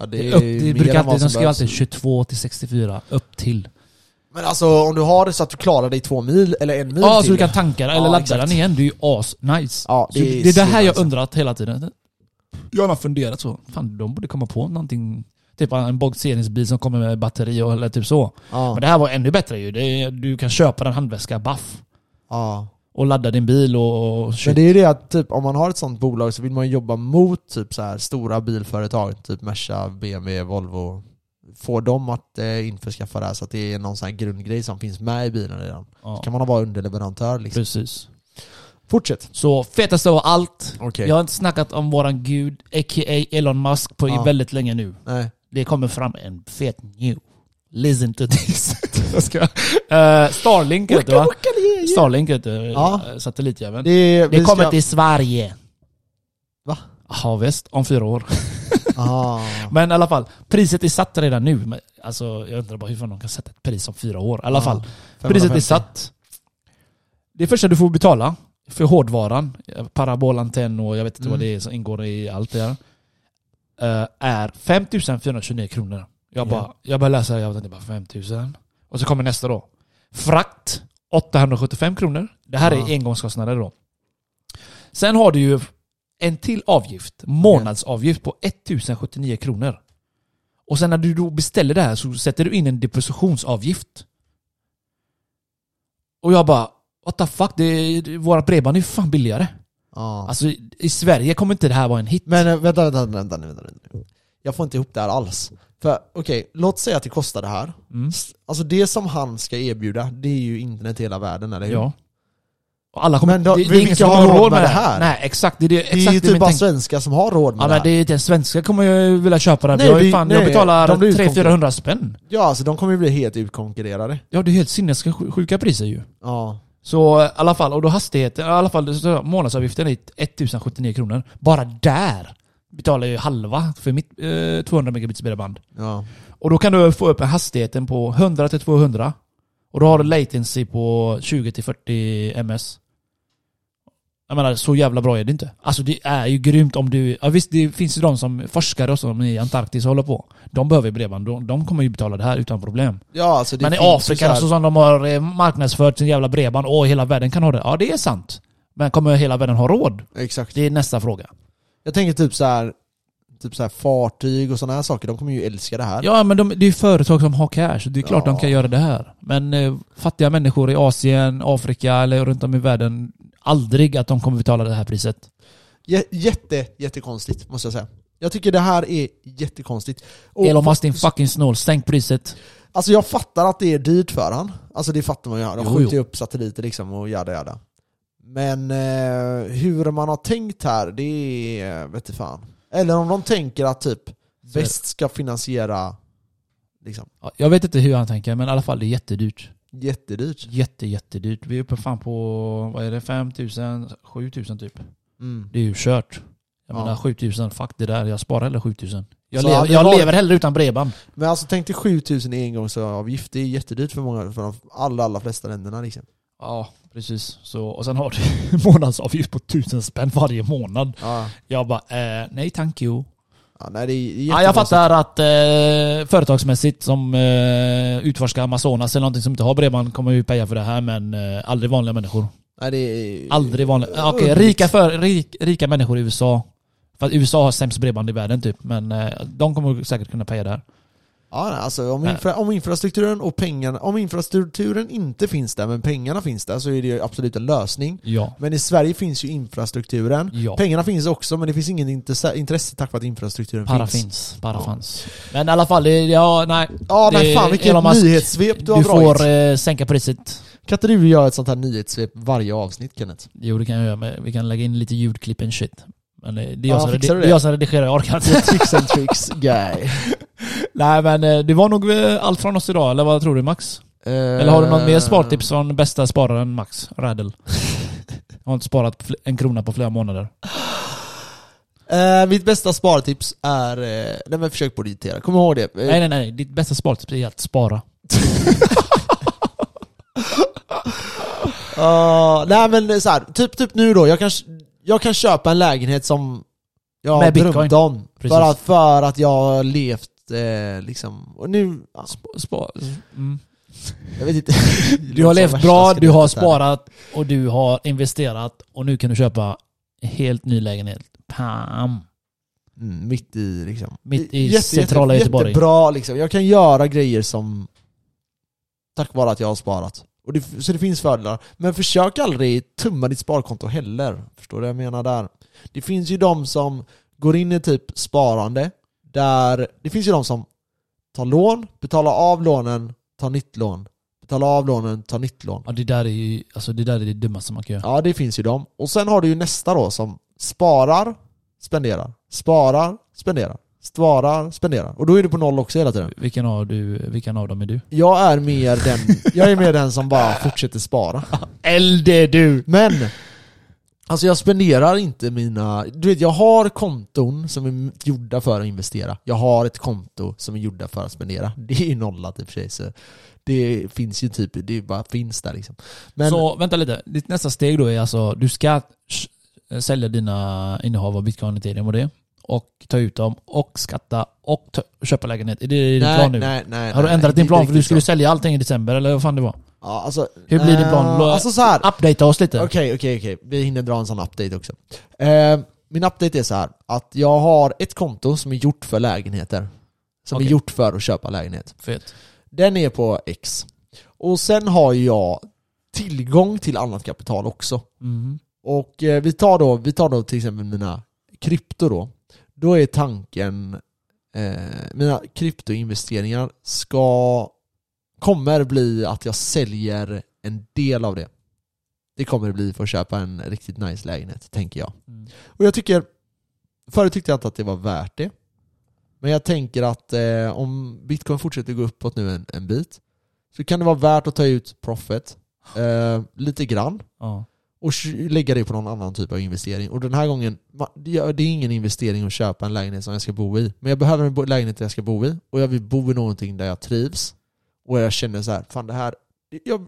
Ja, det det brukar alltid, de skriver alltid 22 till 64 upp till. Men alltså om du har det så att du klarar dig 2 mil eller 1 mil Ja, till. så du kan tanka eller ladda den igen. Det är ju nice. Ja, det är det här jag undrat hela tiden. Jag har funderat så. Fan, de borde komma på någonting. Typ en boxeringsbil som kommer med batteri eller typ så. Ja. Men det här var ännu bättre ju. Du kan köpa en handväska, baff. Ja. Och ladda din bil och Men det är ju det att typ, om man har ett sånt bolag så vill man jobba mot typ så här stora bilföretag. Typ Merca, BMW, Volvo. Få dem att införskaffa det här så att det är någon sån här grundgrej som finns med i bilen redan. Ja. Så kan man vara underleverantör liksom. Precis. Fortsätt. Så fetaste av allt. Okay. Jag har inte snackat om våran gud, a.k.a. Elon Musk, på väldigt länge nu. Nej. Det kommer fram en fet new. Listen to this. Starlink heter det, va? Starlink heter satellitjäveln. Det kommer till Sverige. Va? Ja, väst. Om 4 år. Men i alla fall, priset är satt redan nu. Alltså, jag undrar bara hur fan de kan sätta ett pris om 4 år. I alla fall, 550. Priset är satt. Det första du får betala för hårdvaran, parabolantenn och jag vet inte vad det är som ingår i allt det här, är 5 429 kronor. Jag bara läser, jag tänkte bara 5 000. Och så kommer nästa då. Frakt 875 kronor. Det här är engångskostnader då. Sen har du ju en till avgift, månadsavgift på 1079 kronor. Och sen när du då beställer det här så sätter du in en depositionsavgift. Och jag bara, what the fuck, våra bredband är fan billigare. Alltså i Sverige kommer inte det här vara en hit. Men vänta. Jag får inte ihop det här alls. För okej, låt säga att det kostar det här. Alltså det som han ska erbjuda, det är ju internet i hela världen, eller hur? Ja. Och alla kommer, men då, det är ingen som har råd med det här? Nej, exakt. Det är ju typ bara svenskar som har råd med det här. Men det är inte svenskar kommer ju vilja köpa det här. Jag betalar 300-400 spänn. Ja, alltså de kommer ju bli helt utkonkurrerade. Ja, det är helt sinnessjuka priser ju. Ja. Så i alla fall, och då hastigheten, i alla fall månadsavgiften är 1079 kronor. Bara där betalar jag halva för mitt 200 megabits bredband. Ja. Och då kan du få upp en hastigheten på 100-200. Och då har du latency på 20-40 ms. Jag menar, så jävla bra är det inte. Alltså det är ju grymt om du... Ja visst, det finns ju de som forskare och som i Antarktis håller på. De behöver bredband. De kommer ju betala det här utan problem. Ja, alltså det. Men i Afrika så som de har marknadsfört sin jävla bredband och hela världen kan ha det. Ja, det är sant. Men kommer hela världen ha råd? Exakt. Det är nästa fråga. Jag tänker typ så här fartyg och sådana här saker. De kommer ju älska det här. Ja, men det är ju företag som har cash. Det är klart de kan göra det här. Men fattiga människor i Asien, Afrika eller runt om i världen, aldrig att de kommer betala det här priset. Jättekonstigt, måste jag säga. Jag tycker det här är jättekonstigt. Elon Musk, din fucking snål. Sänk priset. Alltså jag fattar att det är dyrt för han. Alltså det fattar man ju. De skjuter upp satelliter liksom och jada. Men hur man har tänkt här, det är... vet du fan. Eller om de tänker att typ väst ska finansiera liksom. Ja, jag vet inte hur han tänker, men i alla fall det är jättedyrt. Jättedyrt. Jättedyrt. Vi är uppe fan på, vad är det, 5 000, 7 000 typ. Det är ju kört. Jag menar 7 000, fuck det där. Jag sparar hellre 7 000. Jag lever hellre utan bredband. Men alltså tänk dig 7 000 i engångsavgift. Det är jättedyrt för många, för de allra flesta länderna liksom. Ja, precis. Så, och sen har du månadsavgift på 1000 spänn varje månad. Ja. Jag bara, nej thank you. Ja, nej, det är jag fattar att företagsmässigt som utforskar Amazonas eller någonting som inte har bredband kommer ju peja för det här, men aldrig vanliga människor. Nej, det är... Aldrig vanliga. Okej, rika människor i USA. För att USA har sämst bredband i världen typ, men de kommer säkert kunna peja där. Ja, alltså om infrastrukturen och pengarna, om infrastrukturen inte finns där men pengarna finns där, så är det absolut en lösning. Ja. Men i Sverige finns ju infrastrukturen. Ja. Pengarna finns också, men det finns ingen intresse tack vare att infrastrukturen finns. Fanns. Men i alla fall, nej. Ja, nej fan, vilket nyhetssvep du har dragit. Du får sänka priset. Kan inte du göra ett sånt här nyhetssvep varje avsnitt, Kenneth? Jo, det kan jag göra, men vi kan lägga in lite ljudklipp and shit. Men det är jag som redigerar, jag orkar inte. Tricks and tricks guy. Nej, men det var nog allt från oss idag, eller vad tror du, Max? Eller har du något mer spartips från bästa spararen Max Radel? Jag har inte sparat en krona på flera månader. Mitt bästa spartips är... nej, men försök på digitera. Kom ihåg det. Nej. Ditt bästa spartips är att spara. Nej, men så här, typ nu då. Jag kan köpa en lägenhet som jag Med Bitcoin. drömt om. Precis. För att jag har levt liksom, och nu... Ja, jag vet inte. Du har levt bra, du har sparat och du har investerat och nu kan du köpa en helt ny lägenhet. Pam! Mitt i liksom. Mitt i centrala Göteborg. Jättebra liksom. Jag kan göra grejer som tack vare att jag har sparat. Så det finns fördelar. Men försök aldrig tumma ditt sparkonto heller. Förstår du vad jag menar där? Det finns ju de som går in i typ sparande där det finns ju de som tar lån, betalar av lånen, tar nytt lån. Betalar av lånen, tar nytt lån. Ja, det där är ju det dummaste man kan göra. Ja, det finns ju de. Och sen har du ju nästa då som sparar, spenderar. Sparar, spenderar. Sparar, spenderar. Och då är du på noll också hela tiden. Vilken av dem är du? Jag är mer den som bara fortsätter spara. Elde du! Men alltså jag spenderar inte mina... Du vet, jag har konton som är gjorda för att investera. Jag har ett konto som är gjorda för att spendera. Det är ju nollat i och för sig. Så det finns ju typ... Det bara finns där liksom. Men, så vänta lite. Ditt nästa steg då är alltså... Du ska sälja dina innehav av Bitcoin, Ethereum och det. Och ta ut dem och skatta och köpa lägenhet. Är det din plan nu? Nej. Har du ändrat din plan? För du skulle sälja allting i december eller vad fan det var? Ja, alltså, hur blir din plan? Alltså så här. Updata oss lite. Okej. Vi hinner dra en sån update också. Min update är så här att jag har ett konto som är gjort för lägenheter. Som är gjort för att köpa lägenhet. Fett. Den är på X. Och sen har jag tillgång till annat kapital också. Mm. Och vi tar då till exempel mina krypto då. Då är tanken mina kryptoinvesteringar kommer bli att jag säljer en del av det. Det kommer bli för att köpa en riktigt nice lägenhet, tänker jag. Och jag tycker, förut tyckte jag inte att det var värt det. Men jag tänker att om Bitcoin fortsätter gå uppåt nu en bit, så kan det vara värt att ta ut profit lite grann. Ja. Och lägga det på någon annan typ av investering. Och den här gången, det är ingen investering att köpa en lägenhet som jag ska bo i. Men jag behöver en lägenhet där jag ska bo i. Och jag vill bo i någonting där jag trivs. Och jag känner så här, fan det här... Jag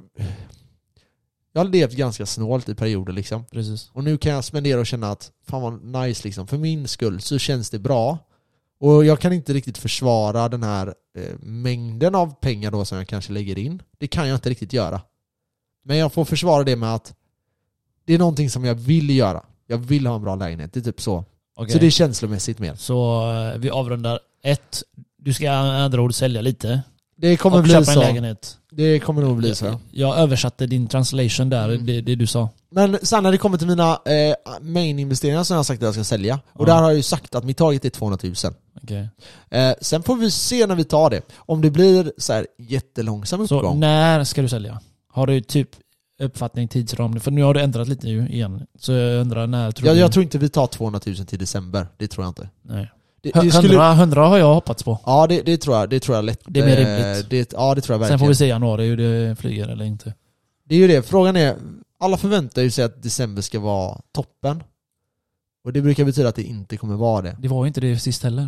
har levt ganska snålt i perioder liksom. Precis. Och nu kan jag spendera och känna att fan vad nice liksom. För min skull så känns det bra. Och jag kan inte riktigt försvara den här mängden av pengar då som jag kanske lägger in. Det kan jag inte riktigt göra. Men jag får försvara det med att det är någonting som jag vill göra. Jag vill ha en bra lägenhet. Det är typ så. Okay. Så det är känslomässigt mer. Så vi avrundar 1. Du ska andra ord sälja lite. Det kommer och bli köpa så. En lägenhet. Det kommer nog bli så. Jag översatte din translation där, det du sa. Men sen när det kommer till mina main-investeringar som jag har sagt att jag ska sälja. Och där har jag ju sagt att mitt target är 200 000. Okay. Sen får vi se när vi tar det. Om det blir så här jättelångsam uppgång. Så när ska du sälja? Har du typ uppfattning tidsram? För nu har du ändrat lite nu igen. Så jag undrar när tror du... Jag tror inte vi tar 200 000 till december. Det tror jag inte. Nej. 100 har jag hoppats på. Ja, det tror jag lätt. Det är mer rimligt. Det tror jag verkligen. Sen får vi se i januari hur det flyger eller inte. Det är ju det. Frågan är, alla förväntar ju sig att december ska vara toppen. Och det brukar betyda att det inte kommer vara det. Det var ju inte det sist heller.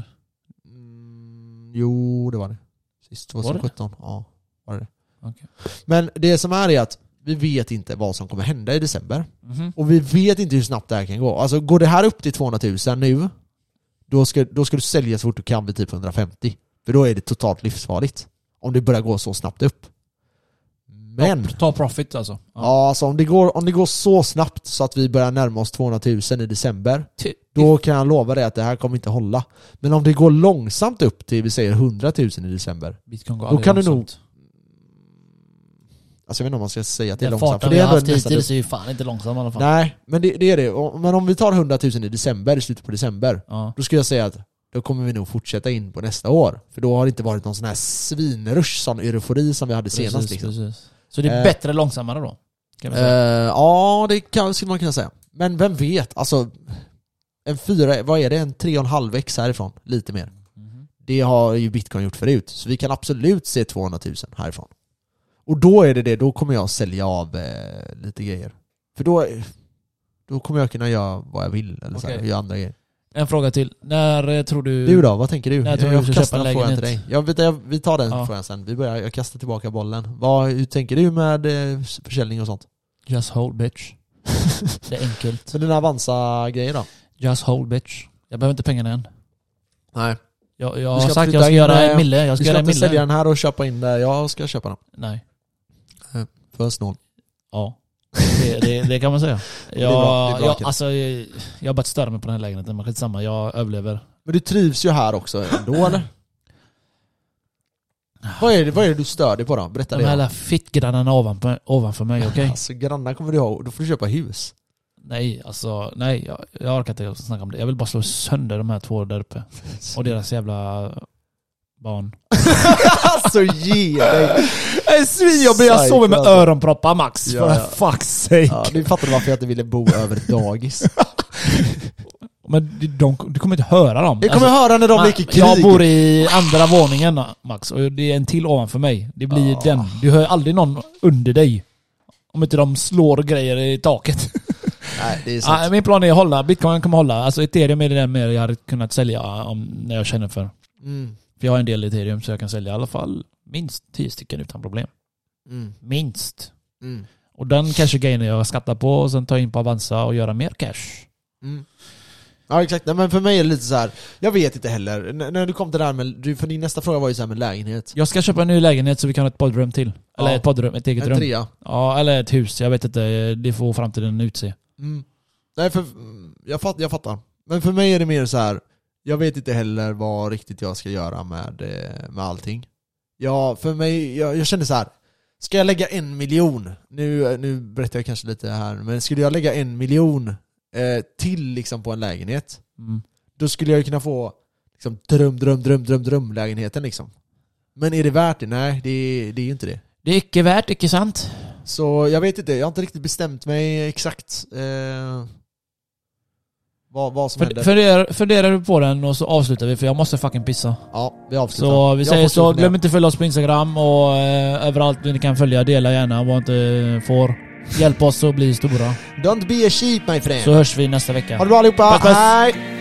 Jo, det var det. Sist 2017. Var det? Ja, var det. Okay. Men det som är att vi vet inte vad som kommer hända i december. Mm-hmm. Och vi vet inte hur snabbt det här kan gå. Alltså går det här upp till 200 000 nu, då ska du sälja så fort du kan vid typ 150. För då är det totalt livsfarligt. Om det börjar gå så snabbt upp. Men... Ta profit alltså. Ja, alltså om det går så snabbt så att vi börjar närma oss 200 000 i december, då kan jag lova dig att det här kommer inte hålla. Men om det går långsamt upp till, vi säger 100 000 i december, då kan du nog... Alltså jag vet inte om man ska säga att det är långsamt. För det är haft hittills är ju fan inte långsamt i alla fall. Nej, men det är det. Men om vi tar 100 000 i december, i slutet på december, då skulle jag säga att då kommer vi nog fortsätta in på nästa år. För då har det inte varit någon sån här svinrush, sån eufori som vi hade senast. Liksom. Precis. Så det är bättre långsammare då? Kan vi säga. Ja, det skulle man kunna säga. Men vem vet? Alltså, en 3,5x härifrån. Lite mer. Mm-hmm. Det har ju Bitcoin gjort förut. Så vi kan absolut se 200 000 härifrån. Och då är det. Då kommer jag sälja av lite grejer. För då kommer jag kunna göra vad jag vill. Eller så här, göra andra grejer. En fråga till. När tror du... Du då, vad tänker du? När tror du ska köpa en lägenhet? Till dig. Vi tar den frågan sen. Jag kastar tillbaka bollen. Hur tänker du med försäljning och sånt? Just hold bitch. Det är enkelt. Men den Avanza-grejen då? Just hold bitch. Jag behöver inte pengarna än. Nej. Jag har sagt att jag ska göra en mille. Jag ska göra en mille. Sälja den här och köpa in det. Jag ska köpa den. Nej. För snål. Ja. Det kan man säga. Jag har bara störa mig på den här lägenheten. Men skitsamma, jag överlever. Men du trivs ju här också ändå, eller? Vad är det du stör dig på då? Berätta det. De här fittgrannarna ovanför mig, okej? Okay? Alltså grannar kommer du ha, då får du köpa hus. Nej, jag orkar inte snacka om det. Jag vill bara slå sönder de här två där uppe. Och deras jävla barn. Alltså ge dig. Jag sover med öronproppar, Max. Ja. For fuck's sake. Ja, du fattar varför jag inte ville bo över dagis. Men du kommer inte höra dem. Jag kommer höra när de leker krig. Jag bor i andra våningen, Max. Och det är en till ovanför mig. Det blir den. Du hör aldrig någon under dig. Om inte de slår grejer i taket. Nej, det är sant. Min plan är att hålla. Bitcoin kommer hålla. Alltså Ethereum är det där mer jag hade kunnat sälja när jag känner för. För jag har en del Ethereum så jag kan sälja i alla fall minst 10 stycken utan problem. Minst. Och den cash-gainen jag skattar på och sen ta in på Avanza och göra mer cash. Ja, exakt. Nej, men för mig är det lite så här. Jag vet inte heller. När du kom till det här med... För din nästa fråga var ju så här med lägenhet. Jag ska köpa en ny lägenhet så vi kan ha ett poddrum till. Eller ett poddrum, ett eget rum. En trea. Ja, eller ett hus. Jag vet inte. Det får framtiden utse. Nej, för jag fattar. Men för mig är det mer så här. Jag vet inte heller vad riktigt jag ska göra med allting. Ja, för mig... Jag kände så här. Ska jag lägga 1 miljon? Nu berättar jag kanske lite här. Men skulle jag lägga 1 miljon... till liksom på en lägenhet, då skulle jag kunna få liksom drömlägenheten liksom. Men är det värt det? Nej, det är ju inte det. Det är icke värt, icke sant. Så jag vet inte, jag har inte riktigt bestämt mig exakt vad som händer. Funderar du på den och så avslutar vi, för jag måste fucking pissa. Ja, vi avslutar. Så vi säger så, glöm inte följa oss på Instagram och överallt ni kan följa, dela gärna vad inte får. Hjälp oss att bli stora. Don't be a sheep, my friend. Så hörs vi nästa vecka. Ha det bra allihopa. Puss, puss. Hej!